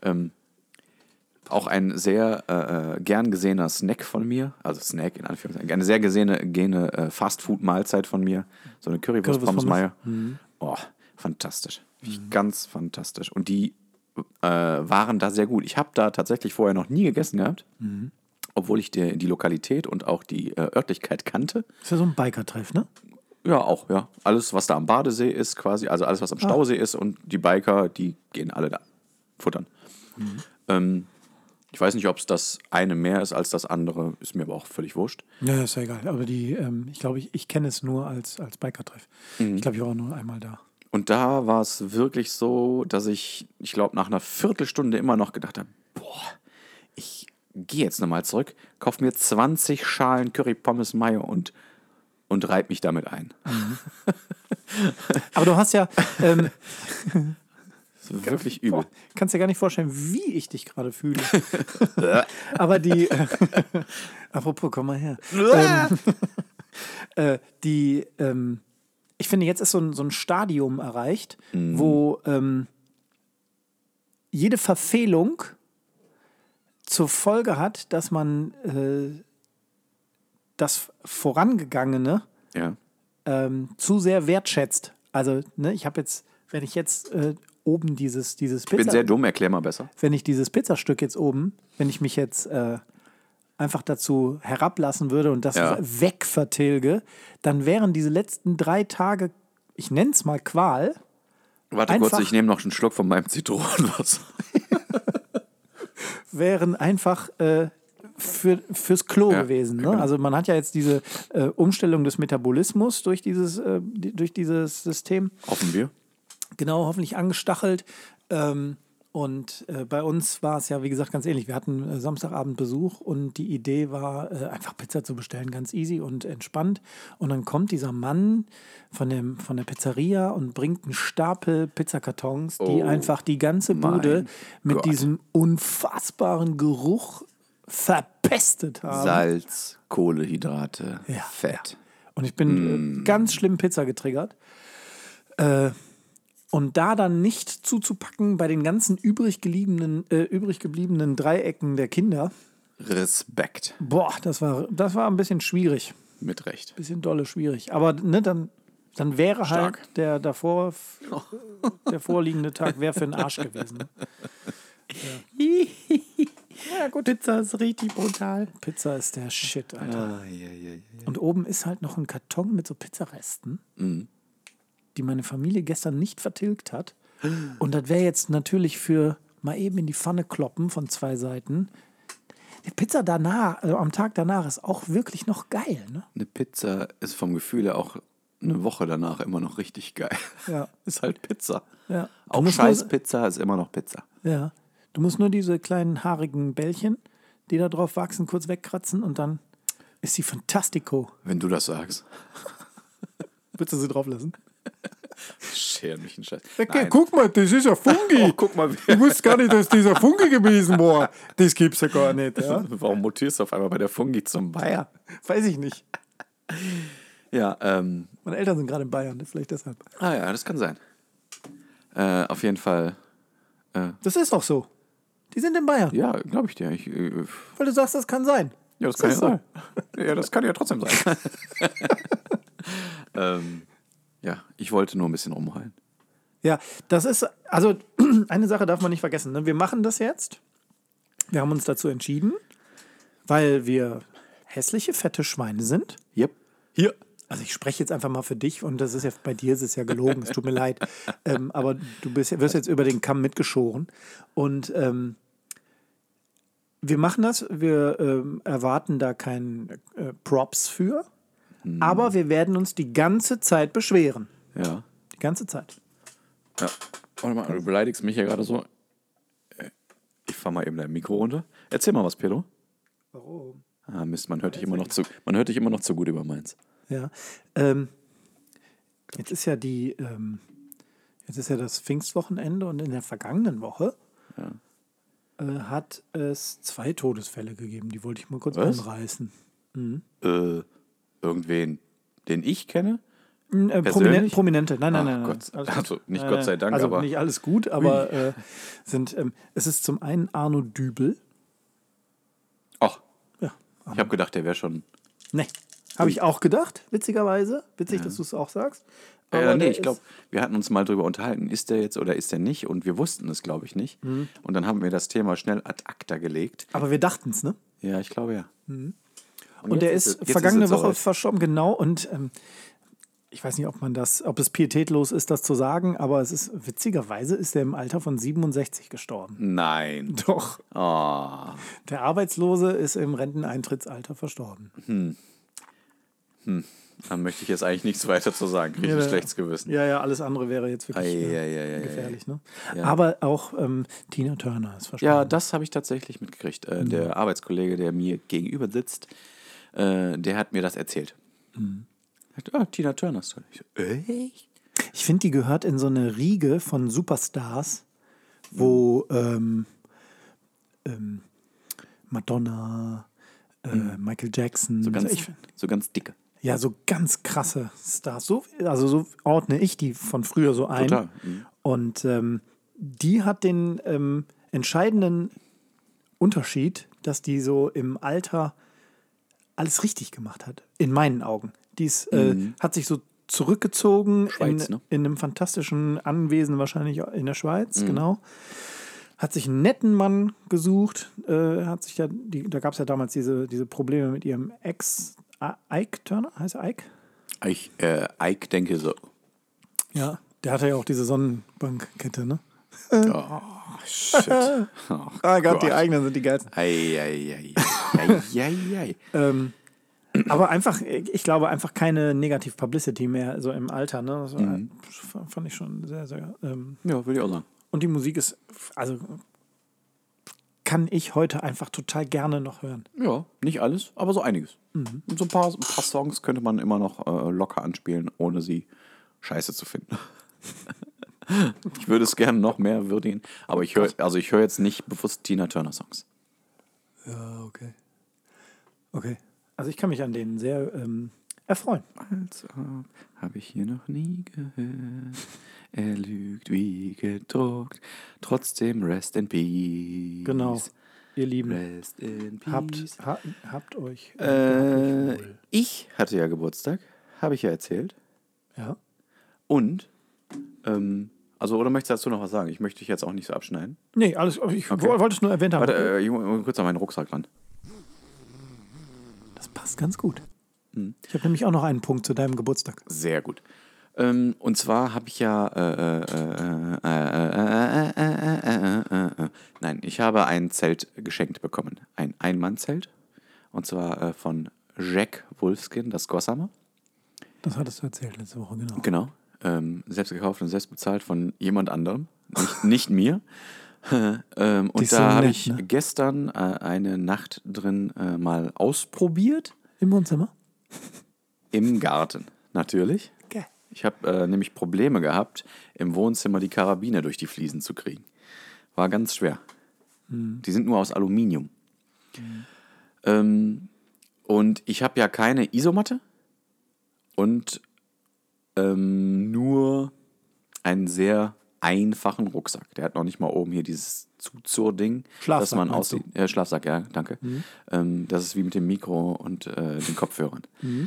Auch ein sehr gern gesehener Snack von mir, also Snack in Anführungszeichen, eine sehr gesehene Fastfood-Mahlzeit von mir, so eine Currywurst-Pommes-Mayo. Oh, fantastisch. Ganz fantastisch. Und die waren da sehr gut. Ich habe da tatsächlich vorher noch nie gegessen gehabt, obwohl ich die Lokalität und auch die Örtlichkeit kannte. Ist ja so ein Biker-Treff, ne? Ja, auch, ja. Alles, was da am Badesee ist quasi, also alles, was am Stausee ist und die Biker, die gehen alle da futtern. Ich weiß nicht, ob es das eine mehr ist als das andere, ist mir aber auch völlig wurscht. Ja, ist ja egal. Aber ich glaube, ich kenne es nur als Biker-Treff. Ich glaube, ich war auch nur einmal da. Und da war es wirklich so, dass ich glaube, nach einer Viertelstunde immer noch gedacht habe, boah, ich gehe jetzt nochmal zurück, kauf mir 20 Schalen Curry-Pommes Mayo und reib mich damit ein. Aber du hast ja... Das ist wirklich übel. Kannst dir gar nicht vorstellen, wie ich dich gerade fühle. Aber apropos, komm mal her. Ich finde, jetzt ist so ein Stadium erreicht, wo jede Verfehlung zur Folge hat, dass man das Vorangegangene zu sehr wertschätzt. Also, ne, wenn ich jetzt oben dieses Pizza... Ich bin sehr dumm, erklär mal besser. Wenn ich dieses Pizzastück jetzt oben, wenn ich mich jetzt einfach dazu herablassen würde und das wegvertilge, dann wären diese letzten 3 Tage, ich nenne es mal Qual. Warte kurz, ich nehme noch einen Schluck von meinem Zitronenwasser. Wären einfach fürs Klo gewesen. Ne? Genau. Also man hat ja jetzt diese Umstellung des Metabolismus durch dieses System. Hoffen wir. Genau, hoffentlich angestachelt. Und bei uns war es ja, wie gesagt, ganz ähnlich. Wir hatten Samstagabend Besuch und die Idee war, einfach Pizza zu bestellen, ganz easy und entspannt. Und dann kommt dieser Mann von der Pizzeria und bringt einen Stapel Pizzakartons, die einfach die ganze Bude mit diesem unfassbaren Geruch verpestet haben. Salz, Kohlenhydrate, Fett. Ja. Und ich bin ganz schlimm Pizza getriggert. Und da dann nicht zuzupacken bei den ganzen übrig gebliebenen Dreiecken der Kinder. Respekt. Boah, das war ein bisschen schwierig. Mit Recht. Bisschen dolle schwierig. Aber ne, dann wäre Stark. halt der vorliegende Tag wäre für den Arsch gewesen. Ne? Ja, gut. Pizza ist richtig brutal. Pizza ist der Shit, Alter. Und oben ist halt noch ein Karton mit so Pizzaresten, die meine Familie gestern nicht vertilgt hat. Und das wäre jetzt natürlich für mal eben in die Pfanne kloppen von 2 Seiten. Die Pizza danach, also am Tag danach, ist auch wirklich noch geil, ne? Eine Pizza ist vom Gefühl her auch eine Woche danach immer noch richtig geil. Ja. Ist halt Pizza. Ja. Auch Scheiß-Pizza ist immer noch Pizza. Ja. Du musst nur diese kleinen haarigen Bällchen, die da drauf wachsen, kurz wegkratzen und dann ist sie fantastico. Wenn du das sagst. Willst du sie drauf lassen? Scher mich ein Scheiß. Okay, guck mal, das ist ein Fungi. Oh, guck mal. Ich wusste gar nicht, dass dieser Fungi gewesen war. Das gibt's ja gar nicht. Ja? Warum mutierst du auf einmal bei der Fungi zum Bayer? Weiß ich nicht. Ja, Meine Eltern sind gerade in Bayern, vielleicht deshalb. Ah ja, das kann sein. Auf jeden Fall. Das ist auch so. Die sind in Bayern. Ja, glaube ich dir. Weil du sagst, das kann sein. Ja, das kann ja sein. Ja, das kann ja trotzdem sein. Ja, ich wollte nur ein bisschen rumheulen. Ja, das ist, also eine Sache darf man nicht vergessen. Ne? Wir machen das jetzt. Wir haben uns dazu entschieden, weil wir hässliche, fette Schweine sind. Yep. Hier. Also ich spreche jetzt einfach mal für dich und das ist ja, bei dir ist es ja gelogen, es tut mir leid. Aber du wirst jetzt über den Kamm mitgeschoren. Und wir machen das, wir erwarten da keinen Props für, aber wir werden uns die ganze Zeit beschweren. Ja. Die ganze Zeit. Ja. Warte mal, du beleidigst mich ja gerade so. Ich fahr mal eben dein Mikro runter. Erzähl mal was, Pedro. Warum? Ah, Mist, man hört dich immer noch zu gut über meins. Ja. Jetzt ist ja das Pfingstwochenende und in der vergangenen Woche hat es 2 Todesfälle gegeben. Die wollte ich mal kurz Was? anreißen. Irgendwen, den ich kenne? Persönlich? Prominente. Nein. Gott, Alles also gut. nicht Gott sei Dank, also aber... nicht alles gut, aber es ist zum einen Arno Dübel. Ach, Ja. ich habe gedacht, der wäre schon... Nee. Habe ich auch gedacht, witzigerweise. Witzig, dass du es auch sagst. Aber nee, der ich glaube, wir hatten uns mal drüber unterhalten, ist der jetzt oder ist der nicht? Und wir wussten es, glaube ich, nicht. Und dann haben wir das Thema schnell ad acta gelegt. Aber wir dachten es, ne? Ja, ich glaube ja. Und der ist vergangene Woche verstorben, genau. Und ich weiß nicht, ob es pietätlos ist, das zu sagen, aber witzigerweise ist er im Alter von 67 gestorben. Nein. Doch. Oh. Der Arbeitslose ist im Renteneintrittsalter verstorben. Da möchte ich jetzt eigentlich nichts weiter zu sagen. Kriege ich ein schlechtes Gewissen. Ja, alles andere wäre jetzt wirklich gefährlich. Ne? Aber auch Tina Turner ist verstorben. Ja, das habe ich tatsächlich mitgekriegt. Der Arbeitskollege, der mir gegenüber sitzt, der hat mir das erzählt. Tina Turner ist toll. Ich so, echt? Ich finde, die gehört in so eine Riege von Superstars, wo Madonna, Michael Jackson, So ganz dicke. ja, so ganz krasse Stars. So ordne ich die von früher so ein. Total. Und die hat den entscheidenden Unterschied, dass die so im Alter alles richtig gemacht hat, in meinen Augen. Die hat sich so zurückgezogen Schweiz, ne? in einem fantastischen Anwesen, wahrscheinlich in der Schweiz, genau. Hat sich einen netten Mann gesucht, da gab es ja damals diese Probleme mit ihrem Ex, Ike Turner, heißt er Ike? Ike denke so. Ja, der hatte ja auch diese Sonnenbankkette, ne? Oh, shit. Oh, Gott, die eigenen sind die geilsten. Ei. Aber einfach, ich glaube, einfach keine Negativ-Publicity mehr, so im Alter, ne? Das fand ich schon sehr, sehr. Ja, würde ich auch sagen. Und die Musik ist, also kann ich heute einfach total gerne noch hören. Ja, nicht alles, aber so einiges. Und so ein paar Songs könnte man immer noch locker anspielen, ohne sie scheiße zu finden. Ich würde es gerne noch mehr würdigen, aber ich höre jetzt nicht bewusst Tina Turner Songs. Ja, okay. Okay. Also ich kann mich an denen sehr erfreuen. Als ob habe ich hier noch nie gehört. Er lügt wie gedruckt. Trotzdem rest in peace. Genau. Ihr Lieben, Rest in peace. habt euch wohl. Ich hatte ja Geburtstag, habe ich ja erzählt. Ja. Und, oder möchtest du dazu noch was sagen? Ich möchte dich jetzt auch nicht so abschneiden. Nee, alles, ich wollte es nur erwähnt haben. Warte, ich muss kurz an meinen Rucksack ran. Das passt ganz gut. Ich habe nämlich auch noch einen Punkt zu deinem Geburtstag. Sehr gut. Und zwar habe ich ja, ich habe ein Zelt geschenkt bekommen. Ein Ein-Mann-Zelt. Und zwar von Jack Wolfskin, das Gossamer. Das hattest du erzählt letzte Woche, genau. Genau. Selbst gekauft und selbst bezahlt von jemand anderem. Nicht mir. Und da habe ich gestern eine Nacht drin mal ausprobiert. Im Wohnzimmer? Im Garten, natürlich. Okay. Ich habe nämlich Probleme gehabt, im Wohnzimmer die Karabiner durch die Fliesen zu kriegen. War ganz schwer. Die sind nur aus Aluminium. Und ich habe ja keine Isomatte und nur einen sehr einfachen Rucksack. Der hat noch nicht mal oben hier dieses Zuzur-Ding, Schlafsack, dass man meinst aussieht. Schlafsack, ja, danke. Das ist wie mit dem Mikro und den Kopfhörern.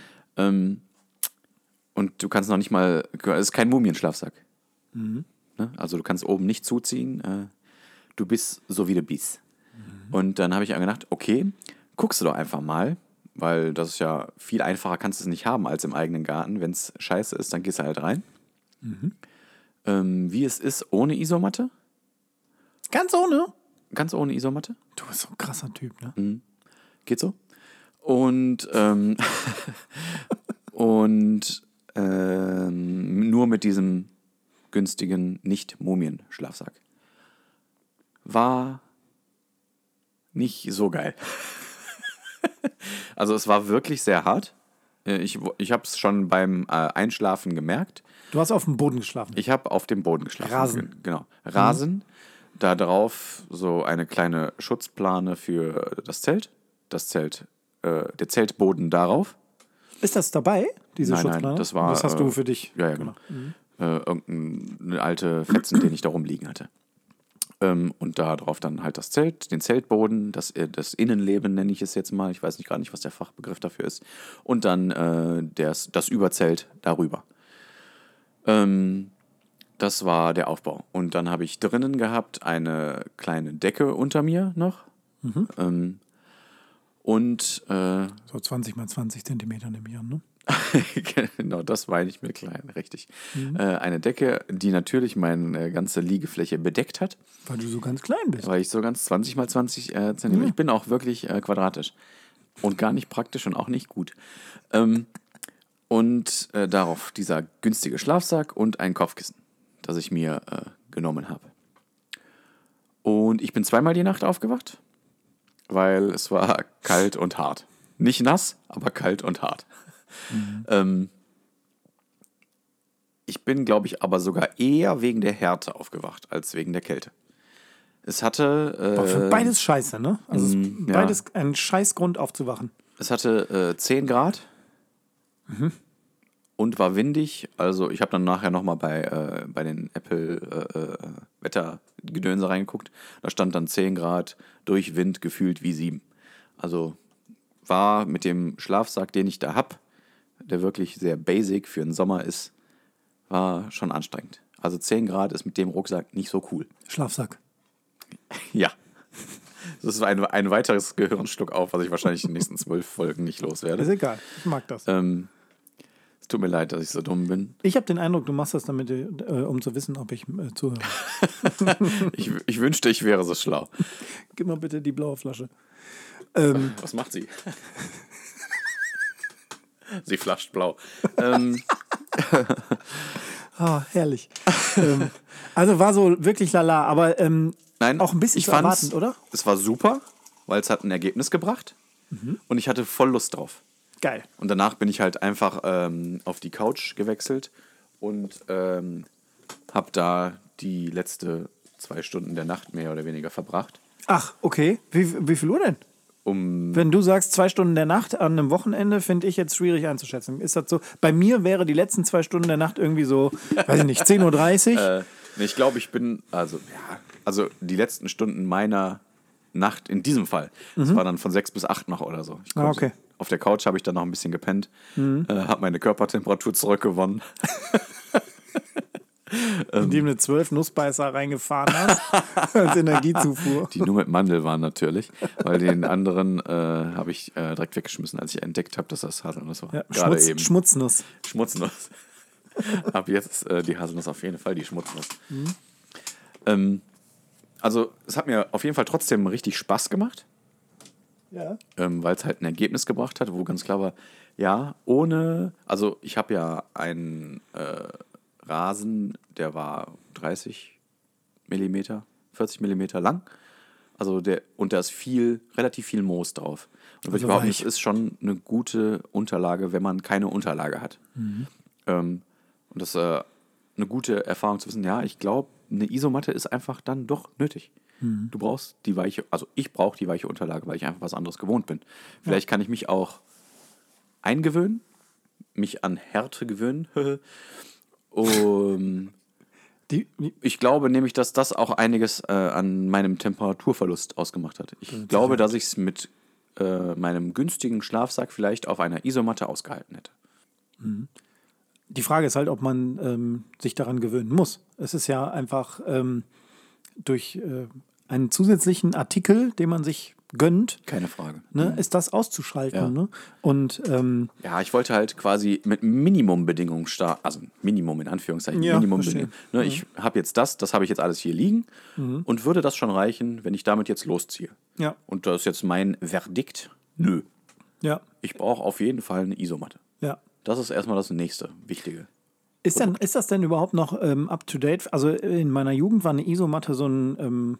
Und du kannst noch nicht mal, es ist kein Mumienschlafsack. Ne? Also du kannst oben nicht zuziehen. Du bist so wie du bist. Und dann habe ich gedacht, okay, guckst du doch einfach mal, weil das ist ja viel einfacher, kannst du es nicht haben als im eigenen Garten. Wenn es scheiße ist, dann gehst du halt rein. Wie es ist ohne Isomatte. Ganz ohne? Ganz ohne Isomatte. Du bist so ein krasser Typ, ne? Geht so. Und, nur mit diesem günstigen Nicht-Mumien-Schlafsack. War nicht so geil. Also es war wirklich sehr hart. Ich habe es schon beim Einschlafen gemerkt. Du hast auf dem Boden geschlafen. Ich habe auf dem Boden geschlafen. Rasen. Genau. Rasen. Da drauf so eine kleine Schutzplane für das Zelt. Der Zeltboden darauf. Ist das dabei, diese Nein, Schutzplane? das war. Das hast du für dich. Ja, genau. Irgendeine alte Fetzen, den ich da rumliegen hatte. Und da drauf dann halt das Zelt, den Zeltboden, das Innenleben nenne ich es jetzt mal. Ich weiß nicht gar nicht, was der Fachbegriff dafür ist. Und dann das Überzelt darüber. Das war der Aufbau. Und dann habe ich drinnen gehabt eine kleine Decke unter mir noch. Und So 20 mal 20 Zentimeter nehme ich an, ne? genau, das meine ich mit klein, richtig. Eine Decke, die natürlich meine ganze Liegefläche bedeckt hat. Weil du so ganz klein bist. Weil ich so ganz 20 mal 20 Zentimeter. Ich bin auch wirklich quadratisch. Und gar nicht praktisch und auch nicht gut. Darauf dieser günstige Schlafsack und ein Kopfkissen, das ich mir genommen habe. Und ich bin zweimal die Nacht aufgewacht, weil es war kalt und hart. Nicht nass, aber kalt und hart. Ich bin, glaube ich, aber sogar eher wegen der Härte aufgewacht, als wegen der Kälte. Es hatte... Aber für beides scheiße, ne? Also es ist beides ein Scheißgrund aufzuwachen. Es hatte 10 Grad und war windig. Also ich habe dann nachher nochmal bei den Apple Wettergedönse reingeguckt. Da stand dann 10 Grad durch Wind gefühlt wie 7. Also war mit dem Schlafsack, den ich da habe, der wirklich sehr basic für den Sommer ist, war schon anstrengend. Also 10 Grad ist mit dem Rucksack nicht so cool. Schlafsack. Ja. Das ist ein weiteres Gehirnstück auf, was ich wahrscheinlich in den nächsten 12 Folgen nicht loswerde. Ist egal, ich mag das. Es tut mir leid, dass ich so dumm bin. Ich habe den Eindruck, du machst das damit, um zu wissen, ob ich zuhöre. Ich wünschte, ich wäre so schlau. Gib mal bitte die blaue Flasche. Was macht sie? Sie flasht blau. Herrlich. Also war so wirklich lala, aber Nein, auch ein bisschen ich zu fand's, erwarten, oder? Es war super, weil es hat ein Ergebnis gebracht und ich hatte voll Lust drauf. Geil. Und danach bin ich halt einfach auf die Couch gewechselt und habe da die letzte 2 Stunden der Nacht mehr oder weniger verbracht. Ach, okay. Wie viel Uhr denn? Wenn du sagst 2 Stunden der Nacht an einem Wochenende, finde ich jetzt schwierig einzuschätzen. Ist das so? Bei mir wäre die letzten 2 Stunden der Nacht irgendwie so, weiß ich nicht, 10:30 Uhr. Nee, ich glaube, ich bin, also die letzten Stunden meiner Nacht in diesem Fall, das war dann von 6 bis 8 noch oder so. Okay. Auf der Couch habe ich dann noch ein bisschen gepennt, habe meine Körpertemperatur zurückgewonnen. Indem du 12 Nussbeißer reingefahren hast als Energiezufuhr. Die nur mit Mandel waren natürlich, weil den anderen habe ich direkt weggeschmissen, als ich entdeckt habe, dass das Haselnuss war. Ja, Gerade eben. Schmutznuss. Schmutznuss. Ab jetzt die Haselnuss auf jeden Fall, die Schmutznuss. Also es hat mir auf jeden Fall trotzdem richtig Spaß gemacht. Ja. Weil es halt ein Ergebnis gebracht hat, wo ganz klar war, also ich habe ja einen Rasen, der war 30 Millimeter, 40 Millimeter lang. Also da ist relativ viel Moos drauf. Und ich behaupten, es ist schon eine gute Unterlage, wenn man keine Unterlage hat. Und das ist eine gute Erfahrung zu wissen, ja, ich glaube, eine Isomatte ist einfach dann doch nötig. Du brauchst die weiche, also ich brauche die weiche Unterlage, weil ich einfach was anderes gewohnt bin. Vielleicht kann ich mich auch eingewöhnen, mich an Härte gewöhnen. Ich glaube nämlich, dass das auch einiges an meinem Temperaturverlust ausgemacht hat. Ich glaube, dass ich es mit meinem günstigen Schlafsack vielleicht auf einer Isomatte ausgehalten hätte. Die Frage ist halt, ob man sich daran gewöhnen muss. Es ist ja einfach durch einen zusätzlichen Artikel, den man sich gönnt, Keine Frage. ne, ist das auszuschalten. Ja. Ne? Und Ja, ich wollte halt quasi mit Minimumbedingungen starten, also Minimum in Anführungszeichen, Ja, Minimumbedingungen. verstehe. Ne, ich habe jetzt das habe ich jetzt alles hier liegen und würde das schon reichen, wenn ich damit jetzt losziehe. ja, Und das ist jetzt mein Verdikt. Nö. ja, Ich brauche auf jeden Fall eine Isomatte. ja. Das ist erstmal das nächste Wichtige. Ist das denn überhaupt noch up to date? Also in meiner Jugend war eine Isomatte so eine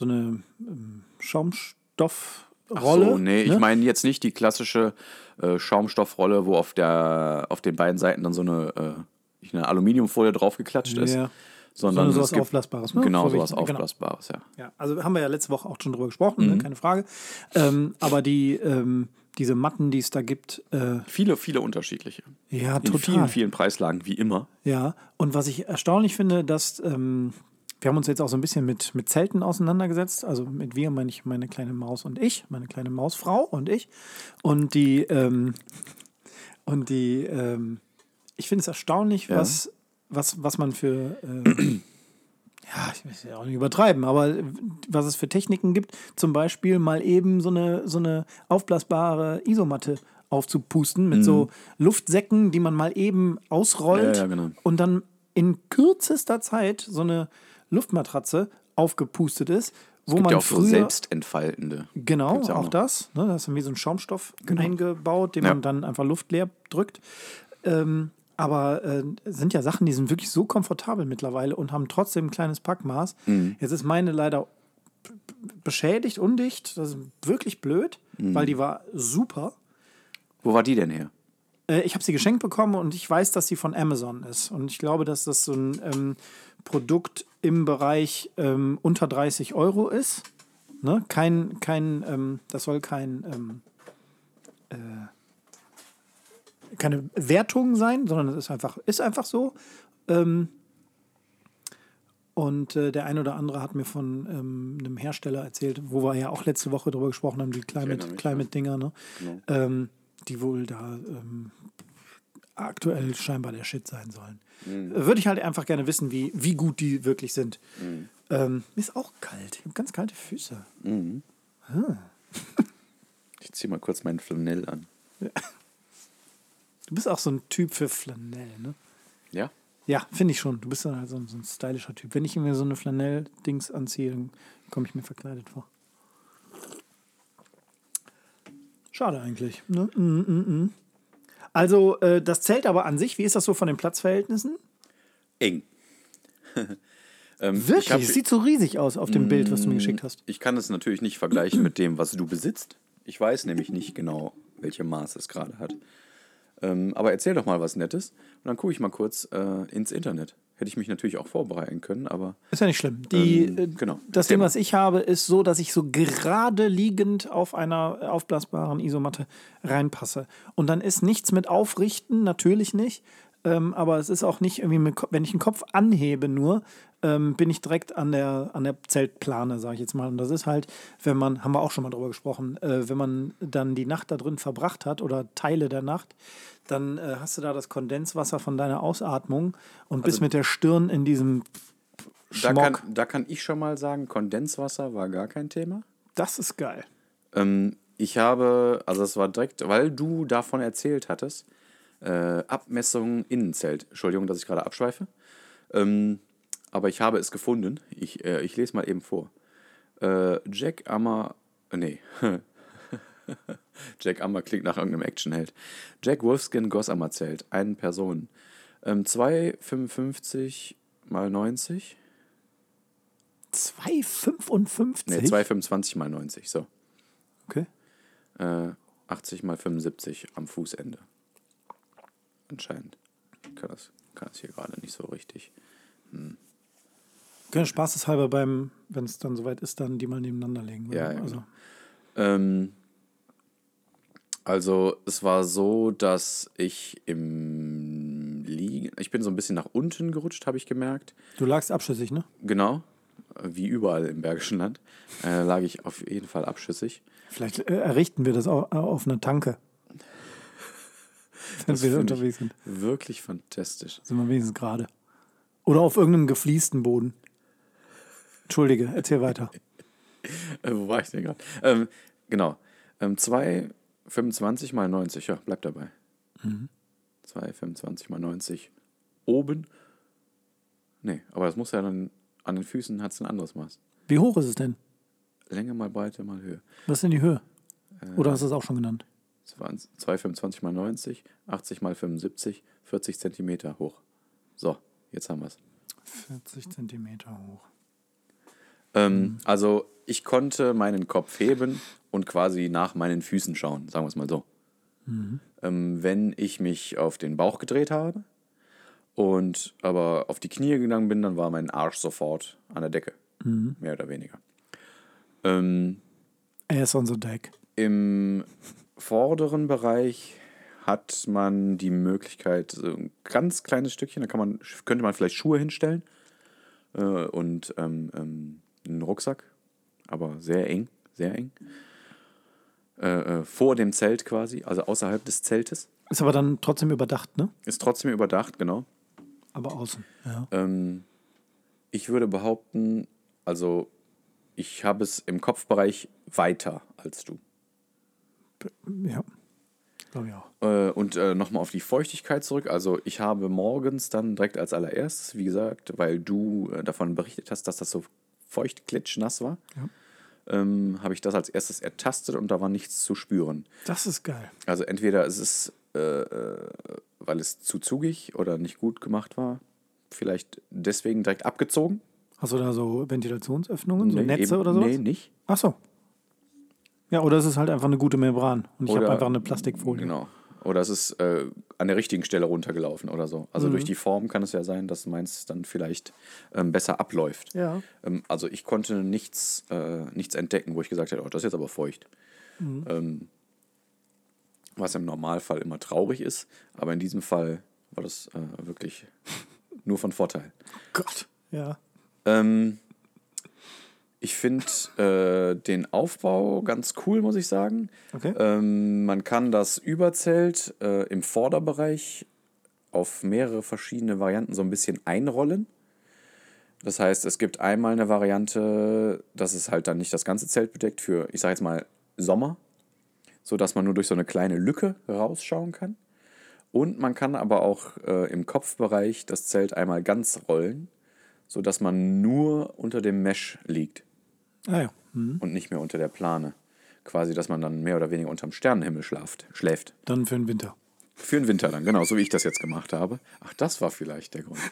Schaumstoffrolle. So, nee, ne? ich meine jetzt nicht die klassische Schaumstoffrolle, wo auf den beiden Seiten dann so eine Aluminiumfolie draufgeklatscht ist. Ja. Sondern sowas es gibt Aufblasbares. Ne? Genau, Vorwiegend, sowas Aufblasbares, ja. Ja, also haben wir ja letzte Woche auch schon drüber gesprochen, ne? Keine Frage. Aber diese Matten, die es da gibt, Viele, viele unterschiedliche. ja, In total. vielen, vielen Preislagen, wie immer. Ja, und was ich erstaunlich finde, dass wir haben uns jetzt auch so ein bisschen mit Zelten auseinandergesetzt. Also mit wir meine ich meine kleine Maus und ich, meine kleine Mausfrau und ich. Und ich finde es erstaunlich, Ja. was man für ja, ich will es ja auch nicht übertreiben, aber was es für Techniken gibt, zum Beispiel mal eben so eine aufblasbare Isomatte aufzupusten mit so Luftsäcken, die man mal eben ausrollt Ja, genau. und dann in kürzester Zeit so eine Luftmatratze aufgepustet ist, wo Gibt man ja auch so früher selbstentfaltende. genau Gibt's ja auch auch noch. das, ne, da ist dann wie so ein Schaumstoff eingebaut, den Ja. man dann einfach luftleer drückt. Aber sind ja Sachen, die sind wirklich so komfortabel mittlerweile und haben trotzdem ein kleines Packmaß. Jetzt ist meine leider beschädigt, undicht. Das ist wirklich blöd, weil die war super. Wo war die denn her? Ich habe sie geschenkt bekommen und ich weiß, dass sie von Amazon ist. Und ich glaube, dass das so ein Produkt im Bereich unter 30 Euro ist. Ne? Das soll keine Wertung sein, sondern es ist einfach so. Und der ein oder andere hat mir von einem Hersteller erzählt, wo wir ja auch letzte Woche drüber gesprochen haben, die erinnere mich, Climate-Dinger, ne? Genau. Die wohl da aktuell scheinbar der Shit sein sollen. Würde ich halt einfach gerne wissen, wie gut die wirklich sind. Mir ist auch kalt. Ich habe ganz kalte Füße. Ich ziehe mal kurz meinen Flanell an. Du bist auch so ein Typ für Flanell, ne? Ja? Ja, finde ich schon. Du bist dann halt so ein stylischer Typ. Wenn ich mir so eine Flanell-Dings anziehe, dann komme ich mir verkleidet vor. Schade eigentlich. Ne? Also das Zelt aber an sich, wie ist das so von den Platzverhältnissen? Eng. Wirklich? Es sieht so riesig aus auf dem Bild, was du mir geschickt hast. Ich kann es natürlich nicht vergleichen mit dem, was du besitzt. Ich weiß nämlich nicht genau, welche Maße es gerade hat. Aber erzähl doch mal was Nettes und dann gucke ich mal kurz ins Internet. Hätte ich mich natürlich auch vorbereiten können, aber Ist ja nicht schlimm. genau. Das Erzähl Ding, mal. was ich habe, ist so, dass ich so gerade liegend auf einer aufblasbaren Isomatte reinpasse. Und dann ist nichts mit Aufrichten, natürlich nicht. Aber es ist auch nicht irgendwie, wenn ich den Kopf anhebe nur, bin ich direkt an der Zeltplane, sage ich jetzt mal. Und das ist halt, haben wir auch schon mal drüber gesprochen, wenn man dann die Nacht da drin verbracht hat oder Teile der Nacht, dann hast du da das Kondenswasser von deiner Ausatmung und bist mit der Stirn in diesem Schmog. Da kann ich schon mal sagen, Kondenswasser war gar kein Thema. Das ist geil. Ich habe, also es war direkt, weil du davon erzählt hattest, Abmessung Innenzelt. Entschuldigung, dass ich gerade abschweife. Aber ich habe es gefunden. Ich lese mal eben vor. Jack Ammer klingt nach irgendeinem Actionheld. Jack Wolfskin Gossamer Zelt. Eine Person. 2,55 mal 90. 2,55? Ne, 2,25 mal 90. So. Okay. 80 mal 75 am Fußende. Anscheinend. Kann das hier gerade nicht so richtig. Können spaßeshalber wenn es dann soweit ist, dann die mal nebeneinander legen. Ja, also. genau. Also es war so, dass ich im Liegen, ich bin so ein bisschen nach unten gerutscht, habe ich gemerkt. Du lagst abschüssig, ne? Genau, wie überall im Bergischen Land, lag ich auf jeden Fall abschüssig. Vielleicht errichten wir das auch auf einer Tanke. Wenn Das wir finde unterwegs sind. Wirklich fantastisch. Sind wir wenigstens gerade. Oder auf irgendeinem gefliesten Boden. Entschuldige, erzähl weiter. Wo war ich denn gerade? Genau. 2,25 mal 90, ja, bleib dabei. 2,25 mal 90 oben. Nee, aber das muss ja dann, an den Füßen hat es ein anderes Maß. Wie hoch ist es denn? Länge mal Breite mal Höhe. Was ist denn die Höhe? Oder hast du es auch schon genannt? 2,25 mal 90, 80 mal 75, 40 Zentimeter hoch. So, jetzt haben wir es. 40 Zentimeter hoch. Also ich konnte meinen Kopf heben und quasi nach meinen Füßen schauen, sagen wir es mal so. Wenn ich mich auf den Bauch gedreht habe und aber auf die Knie gegangen bin, dann war mein Arsch sofort an der Decke. Mehr oder weniger. Ass on the deck. Im vorderen Bereich hat man die Möglichkeit, so ein ganz kleines Stückchen, könnte man vielleicht Schuhe hinstellen und einen Rucksack, aber sehr eng, sehr eng. Vor dem Zelt quasi, also außerhalb des Zeltes. Ist aber dann trotzdem überdacht, ne? Ist trotzdem überdacht, genau. Aber außen, ja. Ich würde behaupten, also ich habe es im Kopfbereich weiter als du. Ja, glaube ich auch. Und nochmal auf die Feuchtigkeit zurück. Also ich habe morgens dann direkt als allererstes, wie gesagt, weil du davon berichtet hast, dass das so feucht, klitschnass war, habe ich das als erstes ertastet und da war nichts zu spüren. Das ist geil. Also entweder ist es, weil es zu zugig oder nicht gut gemacht war, vielleicht deswegen direkt abgezogen. Hast du da so Ventilationsöffnungen, so Nee, Netze eben, oder sowas? Nee, nicht. Ach so. Ja, oder es ist halt einfach eine gute Membran und ich habe einfach eine Plastikfolie. Genau. Oder es ist an der richtigen Stelle runtergelaufen oder so. Also durch die Form kann es ja sein, dass meins dann vielleicht besser abläuft. Ja. Also ich konnte nichts entdecken, wo ich gesagt hätte, oh, das ist jetzt aber feucht. Was im Normalfall immer traurig ist, aber in diesem Fall war das wirklich nur von Vorteil. Gott. Ja. Ich finde den Aufbau ganz cool, muss ich sagen. Okay. Man kann das Überzelt im Vorderbereich auf mehrere verschiedene Varianten so ein bisschen einrollen. Das heißt, es gibt einmal eine Variante, dass es halt dann nicht das ganze Zelt bedeckt für, ich sage jetzt mal, Sommer, sodass man nur durch so eine kleine Lücke rausschauen kann. Und man kann aber auch im Kopfbereich das Zelt einmal ganz rollen, sodass man nur unter dem Mesh liegt. Ah ja. Und nicht mehr unter der Plane. Quasi, dass man dann mehr oder weniger unterm Sternenhimmel schläft. Dann für den Winter. Für den Winter dann, genau, so wie ich das jetzt gemacht habe. Ach, das war vielleicht der Grund.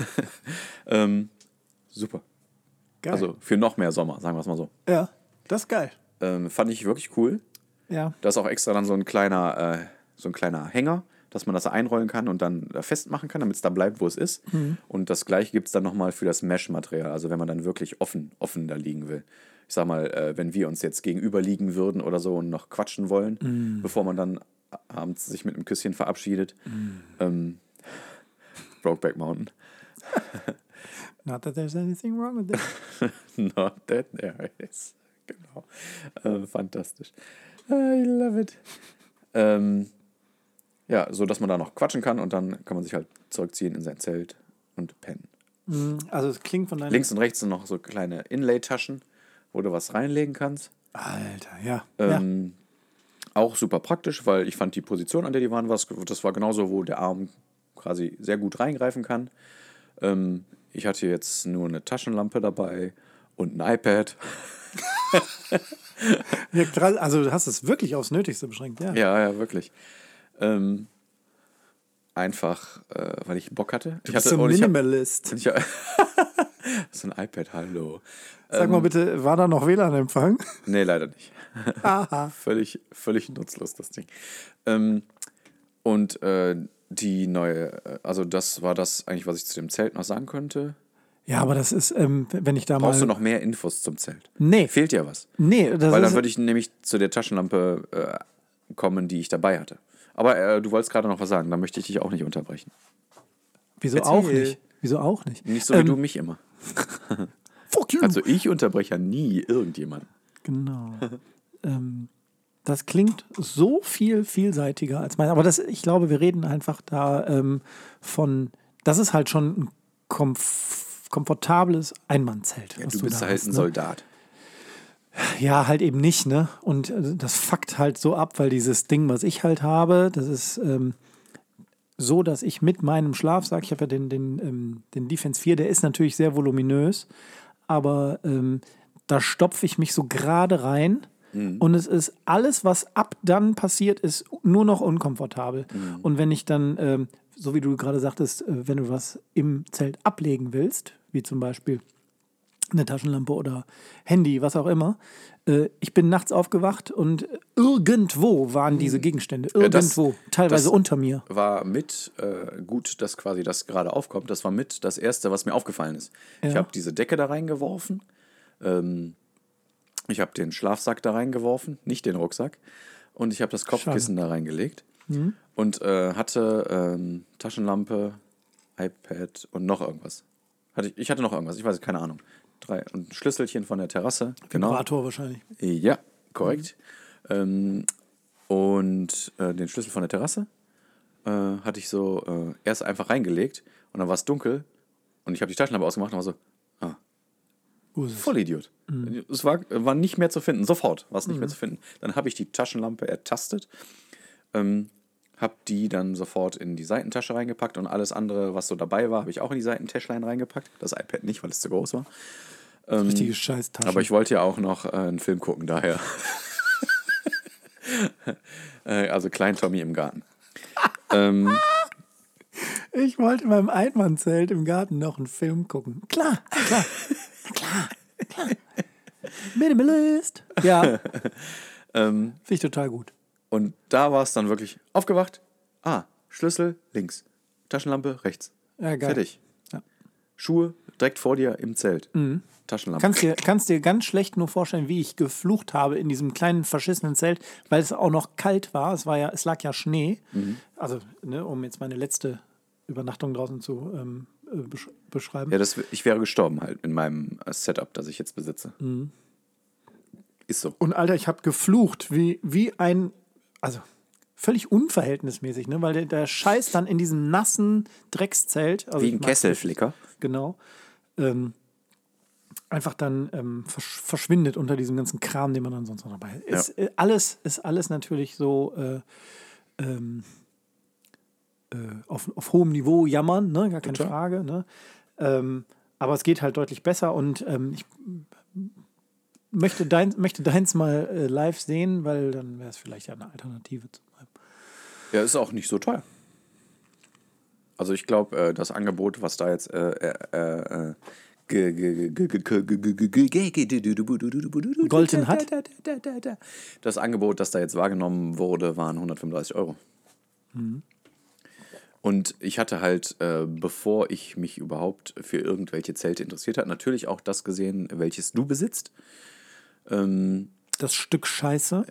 Super. Geil. Also für noch mehr Sommer, sagen wir es mal so. Ja, das ist geil. Fand ich wirklich cool. Ja. Da ist auch extra dann so ein kleiner Hänger, dass man das einrollen kann und dann da festmachen kann, damit es da bleibt, wo es ist. Und das gleiche gibt es dann nochmal für das Mesh-Material, also wenn man dann wirklich offen da liegen will. Ich sag mal, wenn wir uns jetzt gegenüber liegen würden oder so und noch quatschen wollen, bevor man dann abends sich mit einem Küsschen verabschiedet. Brokeback Mountain. Not that there's anything wrong with that. Not that there is. Genau. Fantastisch. I love it. Ja, so dass man da noch quatschen kann und dann kann man sich halt zurückziehen in sein Zelt und pennen. Also es klingt von deiner... Links und rechts sind noch so kleine Inlay-Taschen, wo du was reinlegen kannst. Alter, ja. Auch super praktisch, weil ich fand die Position, an der die waren, das war genauso, wo der Arm quasi sehr gut reingreifen kann. Ich hatte jetzt nur eine Taschenlampe dabei und ein iPad. Ja, also du hast es wirklich aufs Nötigste beschränkt, ja. Ja, wirklich. Einfach, weil ich Bock hatte. Du bist so ein Minimalist. So ein iPad, hallo. Sag mal bitte, war da noch WLAN-Empfang? Nee, leider nicht. Aha. Völlig nutzlos, das Ding. Und die neue, also das war das eigentlich, was ich zu dem Zelt noch sagen könnte. Ja, aber das ist, wenn ich da mal... Brauchst du noch mehr Infos zum Zelt? Nee. Fehlt dir was? Nee. Weil dann würde ich nämlich zu der Taschenlampe kommen, die ich dabei hatte. Aber du wolltest gerade noch was sagen, da möchte ich dich auch nicht unterbrechen. Wieso Erzähl. auch nicht? Wieso auch nicht? Nicht so wie du mich immer. Fuck you! Also ich unterbreche ja nie irgendjemanden. Genau. Das klingt so viel vielseitiger als mein. Aber ich glaube, wir reden einfach da von. Das ist halt schon ein komfortables Einmannzelt. Ja, was du bist da halt hast, ein ne? Soldat. Ja, halt eben nicht, ne? Und das fuckt halt so ab, weil dieses Ding, was ich halt habe, das ist so, dass ich mit meinem Schlafsack, ich habe ja den Defense 4, der ist natürlich sehr voluminös, aber da stopfe ich mich so gerade rein und es ist alles, was ab dann passiert, ist nur noch unkomfortabel. Und wenn ich dann, so wie du gerade sagtest, wenn du was im Zelt ablegen willst, wie zum Beispiel eine Taschenlampe oder Handy, was auch immer. Ich bin nachts aufgewacht und irgendwo waren diese Gegenstände. Irgendwo. Teilweise das unter mir. War mit, gut, dass quasi das gerade aufkommt, das war mit das Erste, was mir aufgefallen ist. Ich habe diese Decke da reingeworfen, ich habe den Schlafsack da reingeworfen, nicht den Rucksack, und ich habe das Kopfkissen da reingelegt und hatte Taschenlampe, iPad und noch irgendwas. Ich hatte noch irgendwas, ich weiß, keine Ahnung. Und ein Schlüsselchen von der Terrasse. Vibrator wahrscheinlich. Ja, korrekt. Und den Schlüssel von der Terrasse hatte ich so erst einfach reingelegt und dann war es dunkel und ich habe die Taschenlampe ausgemacht und war so, Vollidiot. Es war nicht mehr zu finden, sofort war es nicht mehr zu finden. Dann habe ich die Taschenlampe ertastet, habe die dann sofort in die Seitentasche reingepackt und alles andere, was so dabei war, habe ich auch in die Seitentäschlein reingepackt. Das iPad nicht, weil es zu groß war. Richtige Scheißtasche. Aber ich wollte ja auch noch einen Film gucken, daher. Also Klein Tommy im Garten. Ich wollte in meinem Einmannzelt im Garten noch einen Film gucken. Klar. Minimalist. Ja. Finde ich total gut. Und da war es dann wirklich aufgewacht. Schlüssel links. Taschenlampe rechts. Ja, geil. Fertig. Ja. Schuhe direkt vor dir im Zelt. Taschenlampe. Kannst dir ganz schlecht nur vorstellen, wie ich geflucht habe in diesem kleinen verschissenen Zelt, weil es auch noch kalt war. Es lag ja Schnee. Also, ne, um jetzt meine letzte Übernachtung draußen zu beschreiben. Ja, ich wäre gestorben halt in meinem Setup, das ich jetzt besitze. Ist so. Und Alter, ich habe geflucht wie ein, also völlig unverhältnismäßig, ne? Weil der Scheiß dann in diesem nassen Dreckszelt. Also Wie ein Kesselflicker. Genau. Einfach dann verschwindet unter diesem ganzen Kram, den man dann sonst noch dabei hat. Ist alles natürlich so auf hohem Niveau jammern, ne? Gar keine Frage. Ne? Aber es geht halt deutlich besser und ich möchte deins mal live sehen, weil dann wäre es vielleicht ja eine Alternative zu meinem. Ja, ist auch nicht so teuer. Also ich glaube, das Angebot, was da jetzt Golden hat. Das Angebot, das da jetzt wahrgenommen wurde, waren 135 €. Und ich hatte halt, bevor ich mich überhaupt für irgendwelche Zelte interessiert habe, natürlich auch das gesehen, welches du besitzt. Das Stück Scheiße.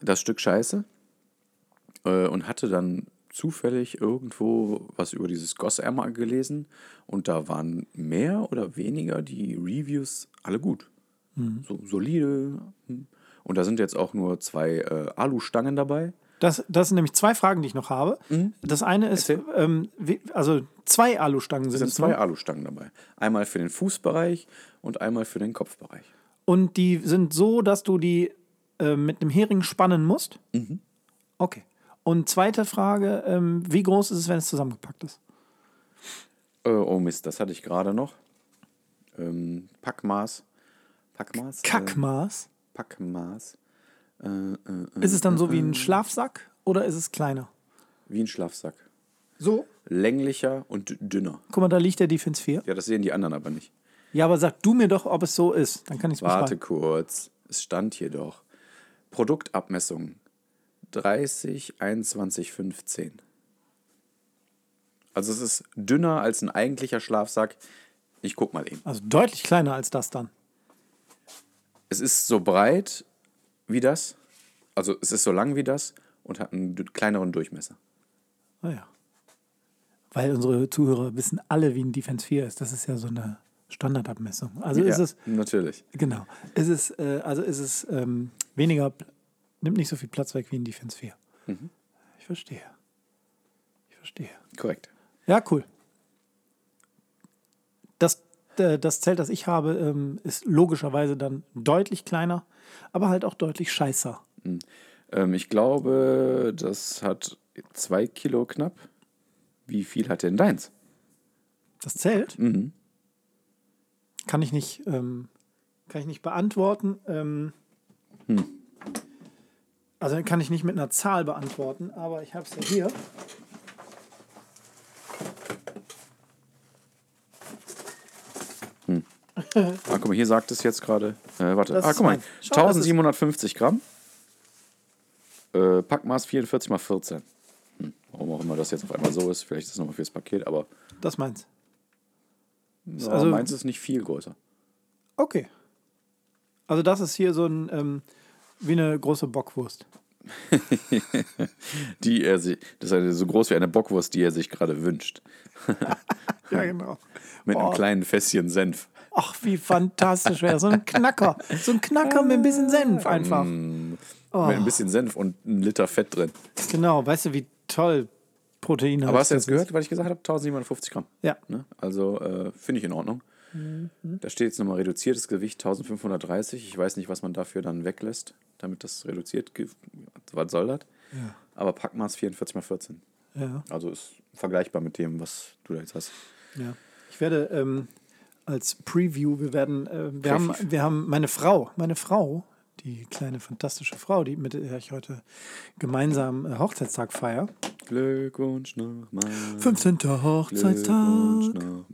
Und hatte dann zufällig irgendwo was über dieses Gossamer gelesen und da waren mehr oder weniger die Reviews alle gut. So solide. Und da sind jetzt auch nur 2 Alustangen dabei. Das sind nämlich 2 Fragen, die ich noch habe. Das eine ist, also 2 Alustangen Es sind sind es. 2 Alustangen dabei. Einmal für den Fußbereich und einmal für den Kopfbereich. Und die sind so, dass du die mit einem Hering spannen musst? Okay. Und zweite Frage, wie groß ist es, wenn es zusammengepackt ist? Oh Mist, das hatte ich gerade noch. Packmaß. Kackmaß? Packmaß. Ist es dann so wie ein Schlafsack oder ist es kleiner? Wie ein Schlafsack. So? Länglicher und dünner. Guck mal, da liegt der Defense 4. Ja, das sehen die anderen aber nicht. Ja, aber sag du mir doch, ob es so ist. Dann kann ich es Warte beschreiben. kurz. Es stand hier doch. Produktabmessung 30, 21, 15. Also es ist dünner als ein eigentlicher Schlafsack. Ich guck mal eben. Also deutlich kleiner als das dann. Es ist so breit wie das. Also es ist so lang wie das und hat einen kleineren Durchmesser. Naja. Weil unsere Zuhörer wissen alle, wie ein Defense 4 ist. Das ist ja so eine Standardabmessung. Also ist es. Natürlich. Genau. Ist es weniger, nimmt nicht so viel Platz weg wie ein Defense 4. Ich verstehe. Korrekt. Ja, cool. das Zelt, das ich habe, ist logischerweise dann deutlich kleiner, aber halt auch deutlich scheißer. Ich glaube, das hat 2 Kilo knapp. Wie viel hat denn deins? Das Zelt? Mhm. Kann ich nicht beantworten. Also kann ich nicht mit einer Zahl beantworten, aber ich habe es ja hier. Guck mal, hier sagt es jetzt gerade. Warte. Das ist Guck mal. mein- Schau, das ist- 1750 Gramm. Packmaß 44 mal 14. Warum auch immer das jetzt auf einmal so ist. Vielleicht ist es nochmal fürs Paket, aber Das meins. also, meins ist nicht viel größer. Okay. Also das ist hier so ein wie eine große Bockwurst. Das ist so groß wie eine Bockwurst, die er sich gerade wünscht. Ja, genau. Mit einem kleinen Fässchen Senf. Ach, wie fantastisch wäre das. So ein Knacker. So ein Knacker mit ein bisschen Senf einfach. Mit ein bisschen Senf und einem Liter Fett drin. Genau, weißt du, wie toll Proteine Aber hast du das jetzt gehört, was ich gesagt habe? 1750 Gramm. Ja. Ne? Also finde ich in Ordnung. Da steht jetzt nochmal reduziertes Gewicht 1530. Ich weiß nicht, was man dafür dann weglässt, damit das reduziert. Was soll das? Ja. Aber Packmaß 44 mal 14. Ja. Also ist vergleichbar mit dem, was du da jetzt hast. Ja. Ich werde als Preview, wir haben meine Frau, die kleine fantastische Frau, mit der ich heute gemeinsam Hochzeitstag feiere. Glückwunsch nochmal. 15. Hochzeitstag.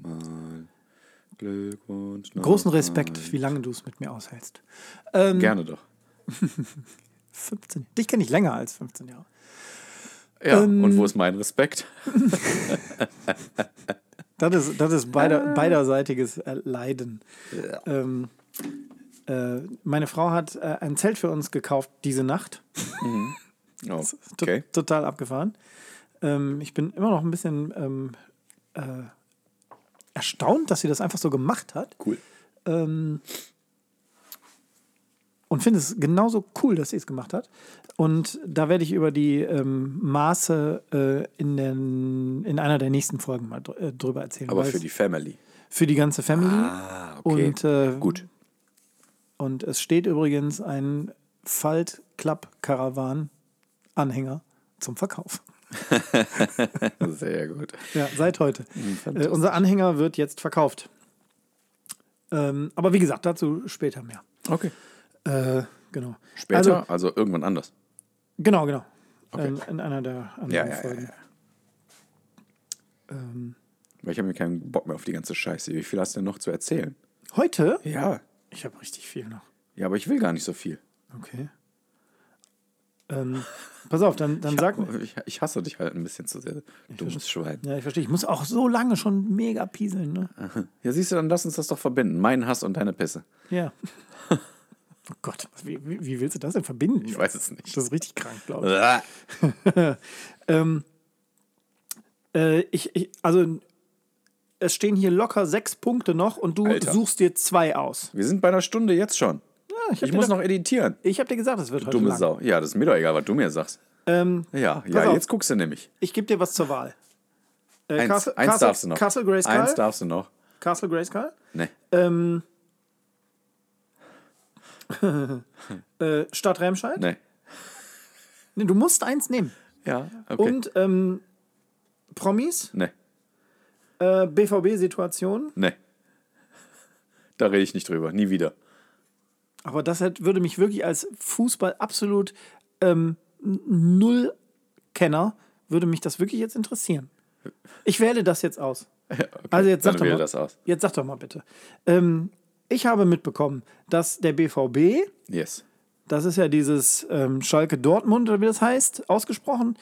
Glückwunsch nochmal. Großen Respekt, wie lange du es mit mir aushältst. Gerne doch. 15. Dich kenne ich länger als 15 Jahre. Ja, und wo ist mein Respekt? Das ist beiderseitiges Leiden. Meine Frau hat ein Zelt für uns gekauft diese Nacht. Oh, okay. Total abgefahren. Ich bin immer noch ein bisschen erstaunt, dass sie das einfach so gemacht hat. Cool. Und finde es genauso cool, dass sie es gemacht hat. Und da werde ich über die Maße in einer der nächsten Folgen mal drüber erzählen. Aber weil für die Family. für die ganze Family. Ah, okay. Und, Gut. Und es steht übrigens ein Faltklapp-Karawan-Anhänger zum Verkauf. Sehr gut. Ja, seit heute. Fantastisch. Unser Anhänger wird jetzt verkauft. Aber wie gesagt, dazu später mehr. Okay. Genau. Später, also irgendwann anders. Genau. Okay. In einer der anderen Ja. Folgen. Weil ich habe mir keinen Bock mehr auf die ganze Scheiße. Wie viel hast du denn noch zu erzählen? Heute? Ja. Ich habe richtig viel noch. Ja, aber ich will gar nicht so viel. Okay. Pass auf, dann sag mir. Ich hasse dich halt ein bisschen zu sehr. Dummes Schwein. Ja, ich verstehe. Ich muss auch so lange schon mega pieseln, ne? Ja, siehst du, dann lass uns das doch verbinden. Meinen Hass und deine Pisse. Ja. Oh Gott, wie willst du das denn verbinden? Ich weiß es nicht. Das ist richtig krank, glaube ich. Also, es stehen hier locker 6 Punkte noch und du Alter. suchst dir 2 aus. Wir sind bei einer Stunde jetzt schon. Ja, Ich muss noch editieren. Ich habe dir gesagt, es wird heute Dumme lang. Sau. Ja, das ist mir doch egal, was du mir sagst. Ja, pass auf. jetzt guckst du nämlich. Ich gebe dir was zur Wahl. Eins darfst du noch. Castle Grayskull? Eins darfst du noch. Castle Grayskull? Nee. Stadt Remscheid? Nee. Nee, du musst eins nehmen. Ja, okay. Und Promis? Nee. BVB-Situation? Nee. Da rede ich nicht drüber. Nie wieder. Aber das würde mich wirklich als Fußball absolut Null-Kenner, würde mich das wirklich jetzt interessieren. Ich wähle das jetzt aus. Okay, Also jetzt sag dann doch wähl mal. das aus. Jetzt sag doch mal bitte. Ich habe mitbekommen, dass der BVB, Yes. das ist ja dieses Schalke Dortmund, oder wie das heißt, ausgesprochen,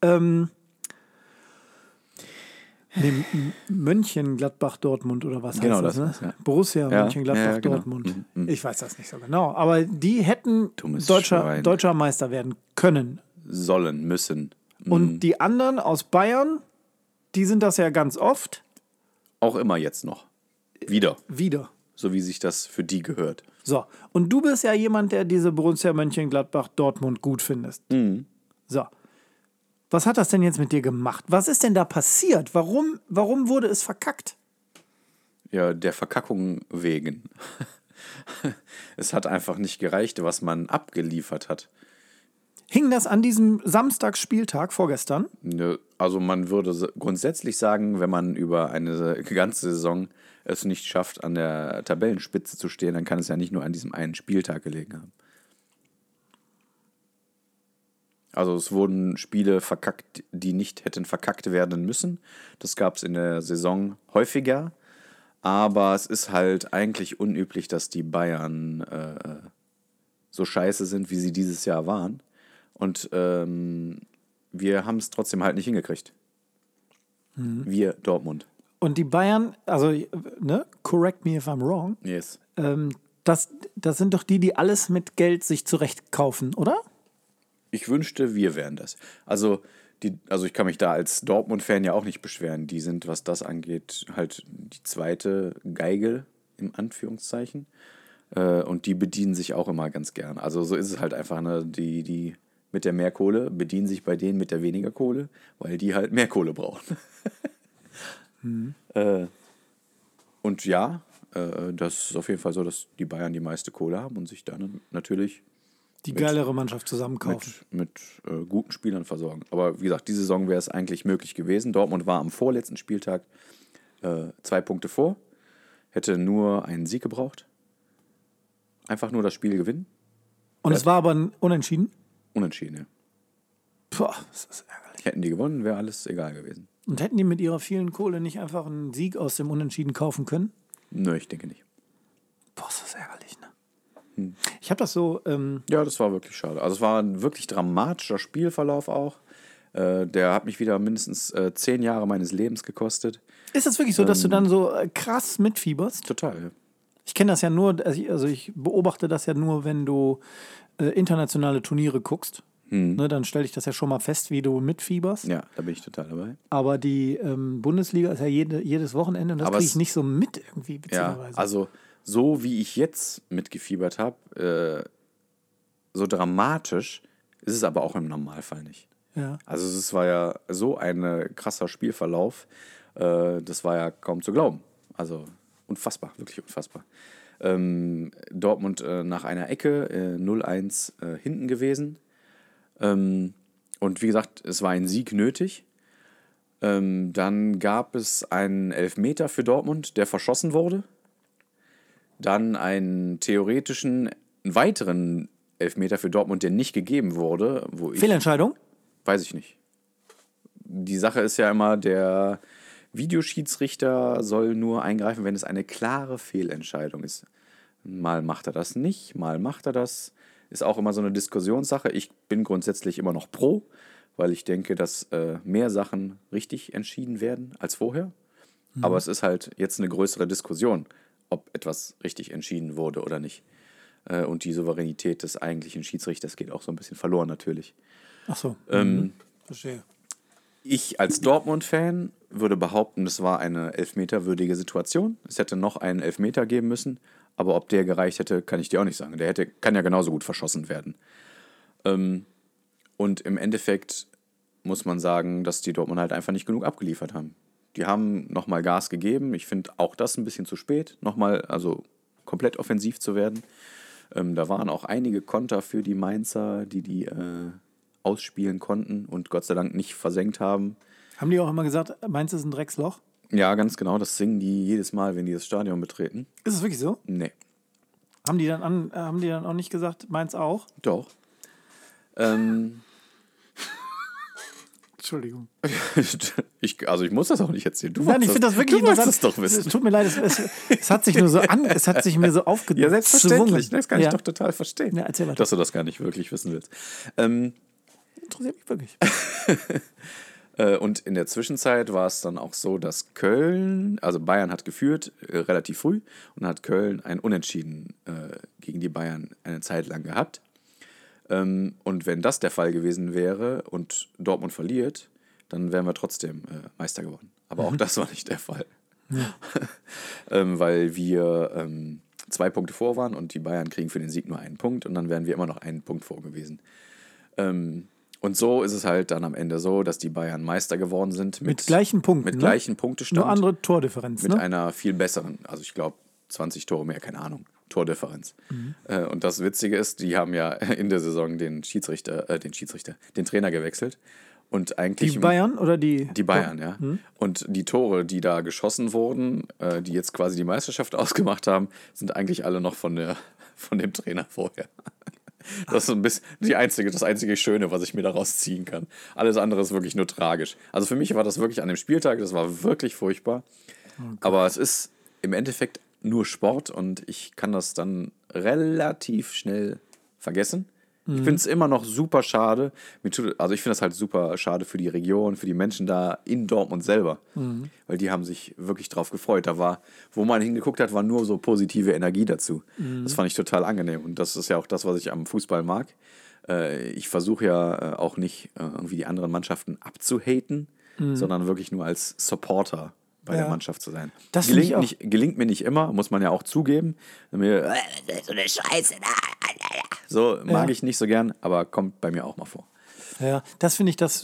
Mönchengladbach Dortmund oder was Genau heißt das? das, Ne? ja. Borussia Ja, Mönchengladbach ja, genau. Dortmund. Ich weiß das nicht so genau. Aber die hätten Dummes deutscher Schwein. Meister werden können. Sollen, müssen. Und die anderen aus Bayern, die sind das ja ganz oft Auch immer jetzt noch. Wieder. wieder. So wie sich das für die gehört. So, und du bist ja jemand, der diese Borussia Mönchengladbach Dortmund gut findest. So. Was hat das denn jetzt mit dir gemacht? Was ist denn da passiert? Warum wurde es verkackt? Ja, der Verkackung wegen. Es hat einfach nicht gereicht, was man abgeliefert hat. Hing das an diesem Samstagsspieltag vorgestern? Ne, also man würde grundsätzlich sagen, wenn man über eine ganze Saison es nicht schafft, an der Tabellenspitze zu stehen, dann kann es ja nicht nur an diesem einen Spieltag gelegen haben. Also es wurden Spiele verkackt, die nicht hätten verkackt werden müssen. Das gab es in der Saison häufiger. Aber es ist halt eigentlich unüblich, dass die Bayern so scheiße sind, wie sie dieses Jahr waren. Und wir haben es trotzdem halt nicht hingekriegt. Wir, Dortmund. Und die Bayern, also, ne, correct me if I'm wrong, Yes. das sind doch die alles mit Geld sich zurechtkaufen, oder? Ich wünschte, wir wären das. Also ich kann mich da als Dortmund-Fan ja auch nicht beschweren. Die sind, was das angeht, halt die zweite Geige, im Anführungszeichen. Und die bedienen sich auch immer ganz gern. Also so ist es halt einfach, ne? Die mit der mehr Kohle bedienen sich bei denen mit der weniger Kohle, weil die halt mehr Kohle brauchen. Und ja, das ist auf jeden Fall so, dass die Bayern die meiste Kohle haben und sich dann natürlich Die geilere Mannschaft zusammenkaufen. mit guten Spielern versorgen. Aber wie gesagt, diese Saison wäre es eigentlich möglich gewesen. Dortmund war am vorletzten Spieltag 2 Punkte vor, hätte nur einen Sieg gebraucht. Einfach nur das Spiel gewinnen. Und es war aber ein Unentschieden? Unentschieden, ja. Puh, das ist ärgerlich. Hätten die gewonnen, wäre alles egal gewesen. Und hätten die mit ihrer vielen Kohle nicht einfach einen Sieg aus dem Unentschieden kaufen können? Nö, ich denke nicht. Boah, ist das ärgerlich, ne? Ich habe das so, Ja, das war wirklich schade. Also es war ein wirklich dramatischer Spielverlauf auch. Der hat mich wieder mindestens 10 Jahre meines Lebens gekostet. ist es wirklich so, dass du dann so krass mitfieberst? Total, ja. Ich kenne das ja nur, also ich beobachte das ja nur, wenn du internationale Turniere guckst. Ne, dann stelle ich das ja schon mal fest, wie du mitfieberst. Ja, da bin ich total dabei. Aber die Bundesliga ist ja jedes Wochenende und das Aber kriege ich es- nicht so mit irgendwie, Ja, beziehungsweise. also so wie ich jetzt mitgefiebert habe, so dramatisch ist es aber auch im Normalfall nicht. Ja. Also es war ja so ein krasser Spielverlauf, das war ja kaum zu glauben. Also unfassbar, wirklich unfassbar. Dortmund nach einer Ecke 0-1 hinten gewesen. Und wie gesagt, es war ein Sieg nötig. Dann gab es einen Elfmeter für Dortmund, der verschossen wurde. Dann einen weiteren Elfmeter für Dortmund, der nicht gegeben wurde. Fehlentscheidung? Weiß ich nicht. Die Sache ist ja immer, der Videoschiedsrichter soll nur eingreifen, wenn es eine klare Fehlentscheidung ist. Mal macht er das nicht, mal macht er das. Ist auch immer so eine Diskussionssache. Ich bin grundsätzlich immer noch pro, weil ich denke, dass mehr Sachen richtig entschieden werden als vorher. Aber es ist halt jetzt eine größere Diskussion, ob etwas richtig entschieden wurde oder nicht. Und die Souveränität des eigentlichen Schiedsrichters geht auch so ein bisschen verloren natürlich. Ach so. Verstehe. Ich als Dortmund-Fan würde behaupten, das war eine elfmeterwürdige Situation. Es hätte noch einen Elfmeter geben müssen, aber ob der gereicht hätte, kann ich dir auch nicht sagen. Kann ja genauso gut verschossen werden. Und im Endeffekt muss man sagen, dass die Dortmund halt einfach nicht genug abgeliefert haben. Die haben nochmal Gas gegeben. Ich finde auch das ein bisschen zu spät, nochmal also komplett offensiv zu werden. Da waren auch einige Konter für die Mainzer, die ausspielen konnten und Gott sei Dank nicht versenkt haben. Haben die auch immer gesagt, Mainz ist ein Drecksloch? Ja, ganz genau. Das singen die jedes Mal, wenn die das Stadion betreten. Ist es wirklich so? Nee. Haben die dann auch nicht gesagt, Mainz auch? Doch. Entschuldigung. Ich muss das auch nicht erzählen. Nein, ich finde das wirklich du wolltest interessant. es doch wissen. Es tut mir leid, es hat sich nur so es hat sich mir so aufgedrungen. Ja, selbstverständlich. Das kann ich doch total verstehen, Ja, erzähl weiter. dass du das gar nicht wirklich wissen willst. Interessiert mich wirklich. Und in der Zwischenzeit war es dann auch so, dass Köln, also Bayern hat geführt, relativ früh, und hat Köln ein Unentschieden gegen die Bayern eine Zeit lang gehabt. Und wenn das der Fall gewesen wäre und Dortmund verliert, dann wären wir trotzdem Meister geworden. Aber auch das war nicht der Fall. Ja. Weil wir 2 Punkte vor waren und die Bayern kriegen für den Sieg nur einen Punkt und dann wären wir immer noch einen Punkt vor gewesen. Und so ist es halt dann am Ende so, dass die Bayern Meister geworden sind. Mit gleichen Punkten. Mit ne? gleichen Punktestand. Nur andere Tordifferenz. Mit Ne? einer viel besseren, also ich glaube 20 Tore mehr, keine Ahnung, Tordifferenz. Und das Witzige ist, die haben ja in der Saison den Trainer gewechselt. Und eigentlich Die Bayern oder die? Die Bayern, ja. Und die Tore, die da geschossen wurden, die jetzt quasi die Meisterschaft ausgemacht haben, sind eigentlich alle noch von dem Trainer vorher. Das ist ein bisschen das einzige Schöne, was ich mir daraus ziehen kann. Alles andere ist wirklich nur tragisch. Also für mich war das wirklich an dem Spieltag, das war wirklich furchtbar. Okay. Aber es ist im Endeffekt nur Sport und ich kann das dann relativ schnell vergessen. Ich finde es immer noch super schade. Also ich finde das halt super schade für die Region, für die Menschen da in Dortmund selber. Weil die haben sich wirklich drauf gefreut. Wo man hingeguckt hat, war nur so positive Energie dazu. Das fand ich total angenehm. Und das ist ja auch das, was ich am Fußball mag. Ich versuche ja auch nicht irgendwie die anderen Mannschaften abzuhaten, sondern wirklich nur als Supporter bei der Mannschaft zu sein. Das gelingt mir nicht immer, muss man ja auch zugeben. So eine Scheiße. So mag ich nicht so gern, aber kommt bei mir auch mal vor. Ja, das finde ich, das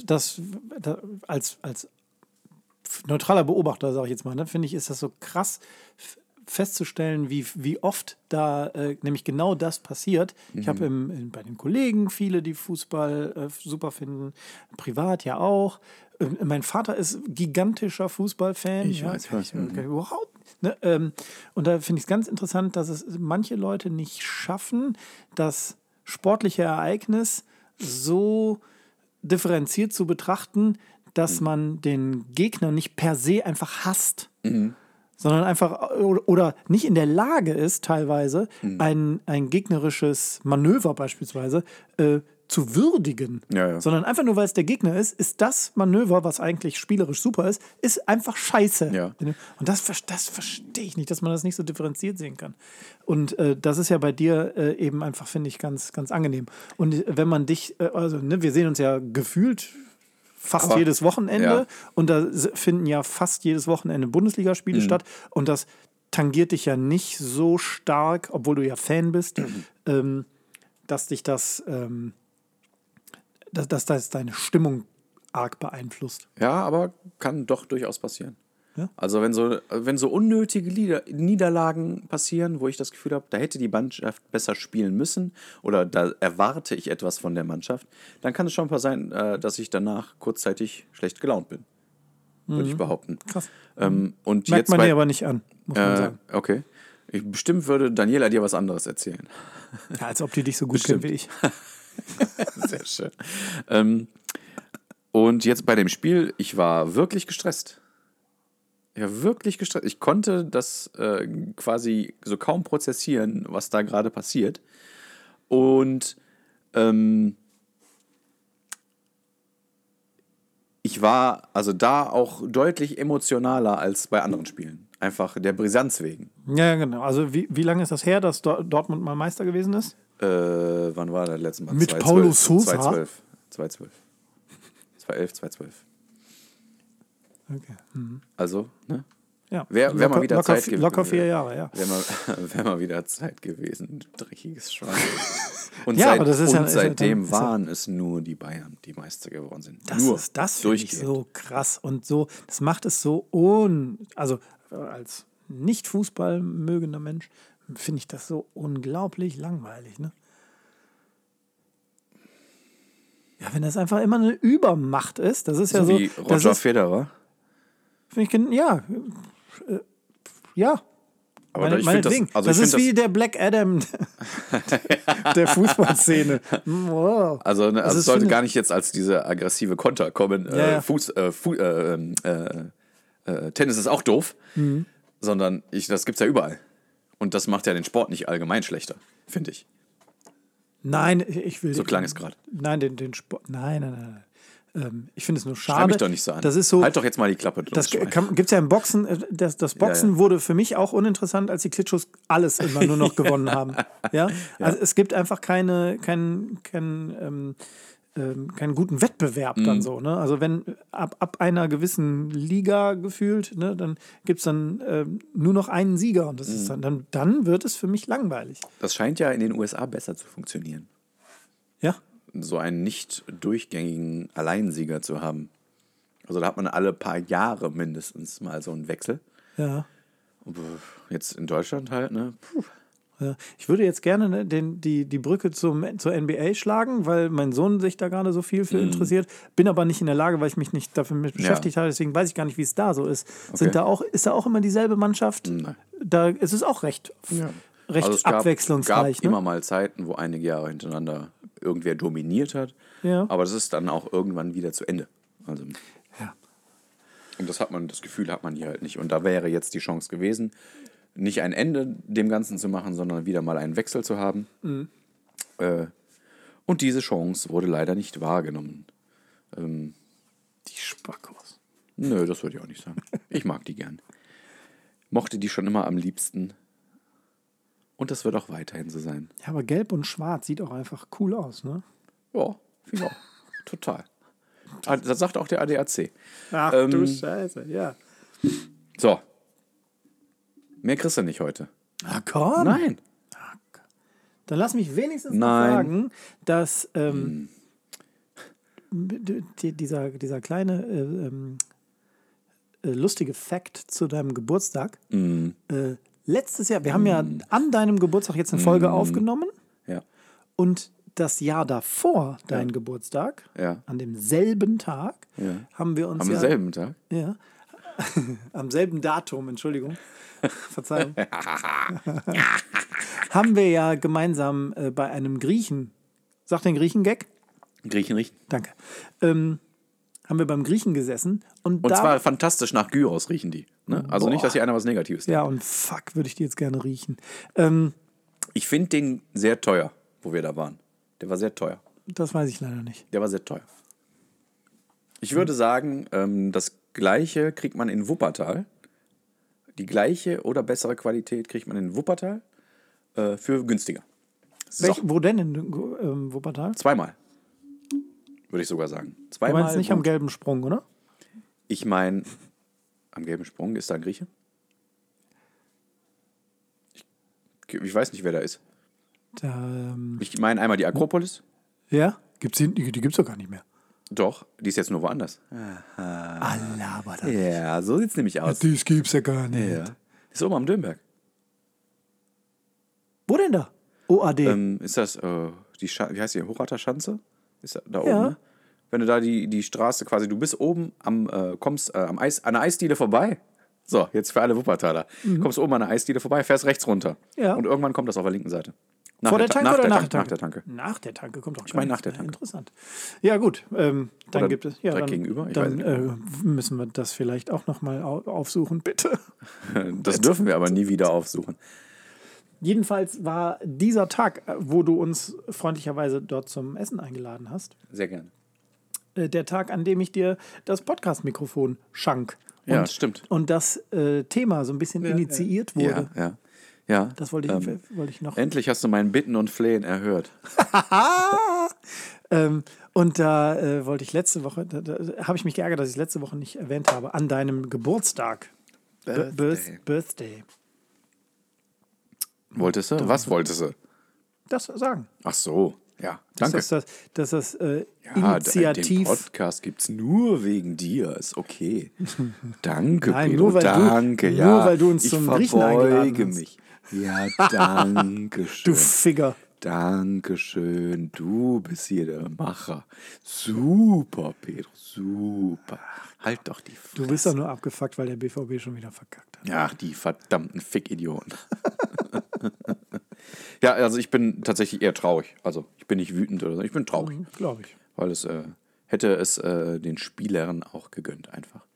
als neutraler Beobachter, sage ich jetzt mal, ne, finde ich, ist das so krass festzustellen, wie oft da nämlich genau das passiert. Ich habe bei den Kollegen viele, die Fußball super finden, privat ja auch. Mein Vater ist gigantischer Fußballfan. Ich weiß was. Überhaupt. Ne? Und da finde ich es ganz interessant, dass es manche Leute nicht schaffen, das sportliche Ereignis so differenziert zu betrachten, dass man den Gegner nicht per se einfach hasst. Sondern einfach oder nicht in der Lage ist, teilweise ein gegnerisches Manöver beispielsweise zu würdigen. Ja. Sondern einfach nur, weil es der Gegner ist das Manöver, was eigentlich spielerisch super ist einfach scheiße. Ja. Und das verstehe ich nicht, dass man das nicht so differenziert sehen kann. Und das ist ja bei dir eben einfach, finde ich, ganz, ganz angenehm. Und wenn man dich, wir sehen uns ja gefühlt fast jedes Wochenende und da finden ja fast jedes Wochenende Bundesligaspiele statt und das tangiert dich ja nicht so stark, obwohl du ja Fan bist, dass dich das deine Stimmung arg beeinflusst. Ja, aber kann doch durchaus passieren. Ja? Also wenn so unnötige Niederlagen passieren, wo ich das Gefühl habe, da hätte die Mannschaft besser spielen müssen oder da erwarte ich etwas von der Mannschaft, dann kann es schon mal sein, dass ich danach kurzzeitig schlecht gelaunt bin. Würde ich behaupten. Krass. Und merkt man dir aber nicht an, muss man sagen. Okay. Bestimmt würde Daniela dir was anderes erzählen. Ja, als ob die dich so gut kennt wie ich. Sehr schön. Und jetzt bei dem Spiel, ich war wirklich gestresst. Ich konnte das quasi so kaum prozessieren, was da gerade passiert. Und ich war also da auch deutlich emotionaler als bei anderen Spielen. Einfach der Brisanz wegen. Ja, genau. Also wie lange ist das her, dass Dortmund mal Meister gewesen ist? Wann war das letzte Mal? Mit Paulo Sousa? 2012. 2011, 2012. Okay. Also, ne? Ja. Wär mal wieder Zeit gewesen. Locker 4 Jahre, ja. Wär mal wieder Zeit gewesen. Dreckiges Schwein. Und, ja, aber das ist seitdem waren es nur die Bayern, die Meister geworden sind. Das finde ich so krass und so, das macht es so also als nicht Fußball mögender Mensch finde ich das so unglaublich langweilig, ne? Ja, wenn das einfach immer eine Übermacht ist, das ist ja so wie Roger Federer. Ja. Aber meinetwegen. Das ist wie der Black Adam der Fußballszene. Wow. Also es sollte gar nicht jetzt als diese aggressive Konter kommen. Ja. Tennis ist auch doof, sondern das gibt's ja überall. Und das macht ja den Sport nicht allgemein schlechter, finde ich. Nein, ich will. So klang es gerade. Nein, den Sport. Nein. Ich finde es nur schade. Schrei mich doch nicht so an. Das ist so, halt doch jetzt mal die Klappe. Das gibt es ja im Boxen. Das Boxen wurde für mich auch uninteressant, als die Klitschos alles immer nur noch gewonnen haben. Ja? Also es gibt einfach keinen guten Wettbewerb dann so. Ne? Also wenn ab einer gewissen Liga gefühlt, ne, dann gibt es dann nur noch einen Sieger. Und das ist dann wird es für mich langweilig. Das scheint ja in den USA besser zu funktionieren. Ja? so einen nicht durchgängigen Alleinsieger zu haben. Also da hat man alle paar Jahre mindestens mal so einen Wechsel. Ja. Jetzt in Deutschland halt, ne? Puh. Ja. Ich würde jetzt gerne die Brücke zur NBA schlagen, weil mein Sohn sich da gerade so viel für interessiert. Bin aber nicht in der Lage, weil ich mich nicht dafür mit beschäftigt habe. Deswegen weiß ich gar nicht, wie es da so ist. Okay. Ist da auch immer dieselbe Mannschaft? Nein. Da ist es auch recht Also es abwechslungsreich. gab immer mal Zeiten, wo einige Jahre hintereinander irgendwer dominiert hat. Ja. Aber das ist dann auch irgendwann wieder zu Ende. Also, Ja. und das Gefühl hat man hier halt nicht. Und da wäre jetzt die Chance gewesen, nicht ein Ende dem Ganzen zu machen, sondern wieder mal einen Wechsel zu haben. Und diese Chance wurde leider nicht wahrgenommen. Die Spackos. Nö, das würde ich auch nicht sagen. Ich mag die gern. Mochte die schon immer am liebsten. Und das wird auch weiterhin so sein. Ja, aber gelb und schwarz sieht auch einfach cool aus, ne? Ja, finde ich auch. Total. Das sagt auch der ADAC. Ach du Scheiße, ja. So. Mehr kriegst du nicht heute. Na komm. Nein. Dann lass mich wenigstens noch Nein. sagen, dass dieser kleine lustige Fact zu deinem Geburtstag. Letztes Jahr, wir haben ja an deinem Geburtstag jetzt eine Folge aufgenommen Ja. und das Jahr davor, dein Geburtstag, Ja. an demselben Tag, Ja. haben wir uns Am selben Tag? Ja, am selben Datum, Entschuldigung, Verzeihung, haben wir ja gemeinsam bei einem Griechen, sag den Griechen-Gag? Griechen riechen. Danke. Haben wir beim Griechen gesessen und da... zwar fantastisch nach Gyros riechen die. Ne? Also nicht, dass hier einer was Negatives Ja, und fuck, würde ich die jetzt gerne riechen. Ich finde den sehr teuer, wo wir da waren. Der war sehr teuer. Das weiß ich leider nicht. Der war sehr teuer. Ich würde sagen, das Gleiche kriegt man in Wuppertal. Die gleiche oder bessere Qualität kriegt man in Wuppertal für günstiger. So. Wo denn in Wuppertal? Zweimal. Würde ich sogar sagen. Du Zweimal. meinst nicht am gelben Sprung, oder? Ich meine, am gelben Sprung ist da ein Grieche? Ich weiß nicht, wer da ist. Da, Ich meine einmal die Akropolis. ja? Die gibt's doch gar nicht mehr. Doch, die ist jetzt nur woanders. Aber da. Ja, so sieht's nämlich aus. Das gibt's ja gar nicht. Ja. Ist oben am Dürnberg. Wo denn da? OAD. Ist das wie heißt die? Hochrater Schanze? Ist da oben, Ja. ne? Wenn du da die Straße quasi, du bist oben kommst an der Eisdiele vorbei. So, jetzt für alle Wuppertaler. Kommst oben an der Eisdiele vorbei, fährst rechts runter. Ja. Und irgendwann kommt das auf der linken Seite. Vor der Tanke oder nach der Tanke? Nach der Tanke. Nach der Tanke kommt doch Ich meine gar nach der nichts mehr. Tanke. Interessant. Ja, gut. Dann Oder gibt es. Ja, direkt dann, gegenüber? Ich Dann weiß müssen wir das vielleicht auch nochmal aufsuchen, bitte. Das dürfen wir aber nie wieder aufsuchen. Jedenfalls war dieser Tag, wo du uns freundlicherweise dort zum Essen eingeladen hast, Sehr gerne. der Tag, an dem ich dir das Podcast-Mikrofon schank. Ja, das stimmt. Und das Thema so ein bisschen initiiert wurde. Ja. Das wollte ich noch. Endlich hast du mein Bitten und Flehen erhört. Und da wollte ich letzte Woche, da habe ich mich geärgert, dass ich es letzte Woche nicht erwähnt habe, an deinem Geburtstag. Birthday. Wolltest du? Was wolltest du? Das sagen. Ach so, ja. Danke. Dass das Den initiativ. Podcast gibt's nur wegen dir. Ist okay. Danke, Nein, Pedro. nur weil danke, du, ja. nur weil du uns zum Griechen eingeladen verbeuge hast. mich. Ja, danke schön. Du Figger. Dankeschön, du bist hier der Macher. Super, Pedro, super. Halt doch die Fresse. Du bist doch nur abgefuckt, weil der BVB schon wieder verkackt hat. Ach, die verdammten Fickidioten. Ja, also ich bin tatsächlich eher traurig. Also ich bin nicht wütend oder so, ich bin traurig. Glaube ich. Weil es hätte es den Spielern auch gegönnt einfach.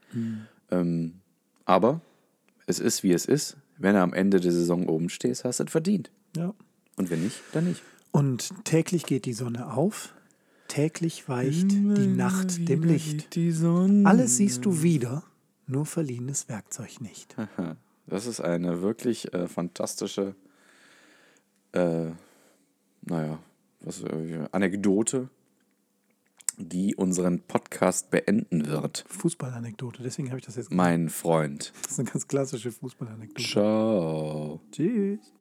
Aber es ist, wie es ist. Wenn du am Ende der Saison oben stehst, hast du es verdient. Ja. Und wenn nicht, dann nicht. Und täglich geht die Sonne auf, täglich weicht die Nacht dem Licht. Die Sonne. Alles siehst du wieder, nur verliehenes Werkzeug nicht. Das ist eine wirklich fantastische Anekdote, die unseren Podcast beenden wird. Fußballanekdote, deswegen habe ich das jetzt gesagt. Mein Freund. Das ist eine ganz klassische Fußballanekdote. Ciao. Tschüss.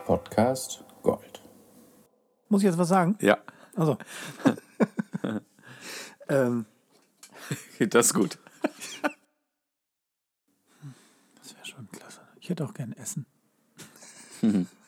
Podcast Gold. Muss ich jetzt was sagen? Ja, Also. das ist gut. Das wäre schon klasse. Ich hätte auch gern Essen.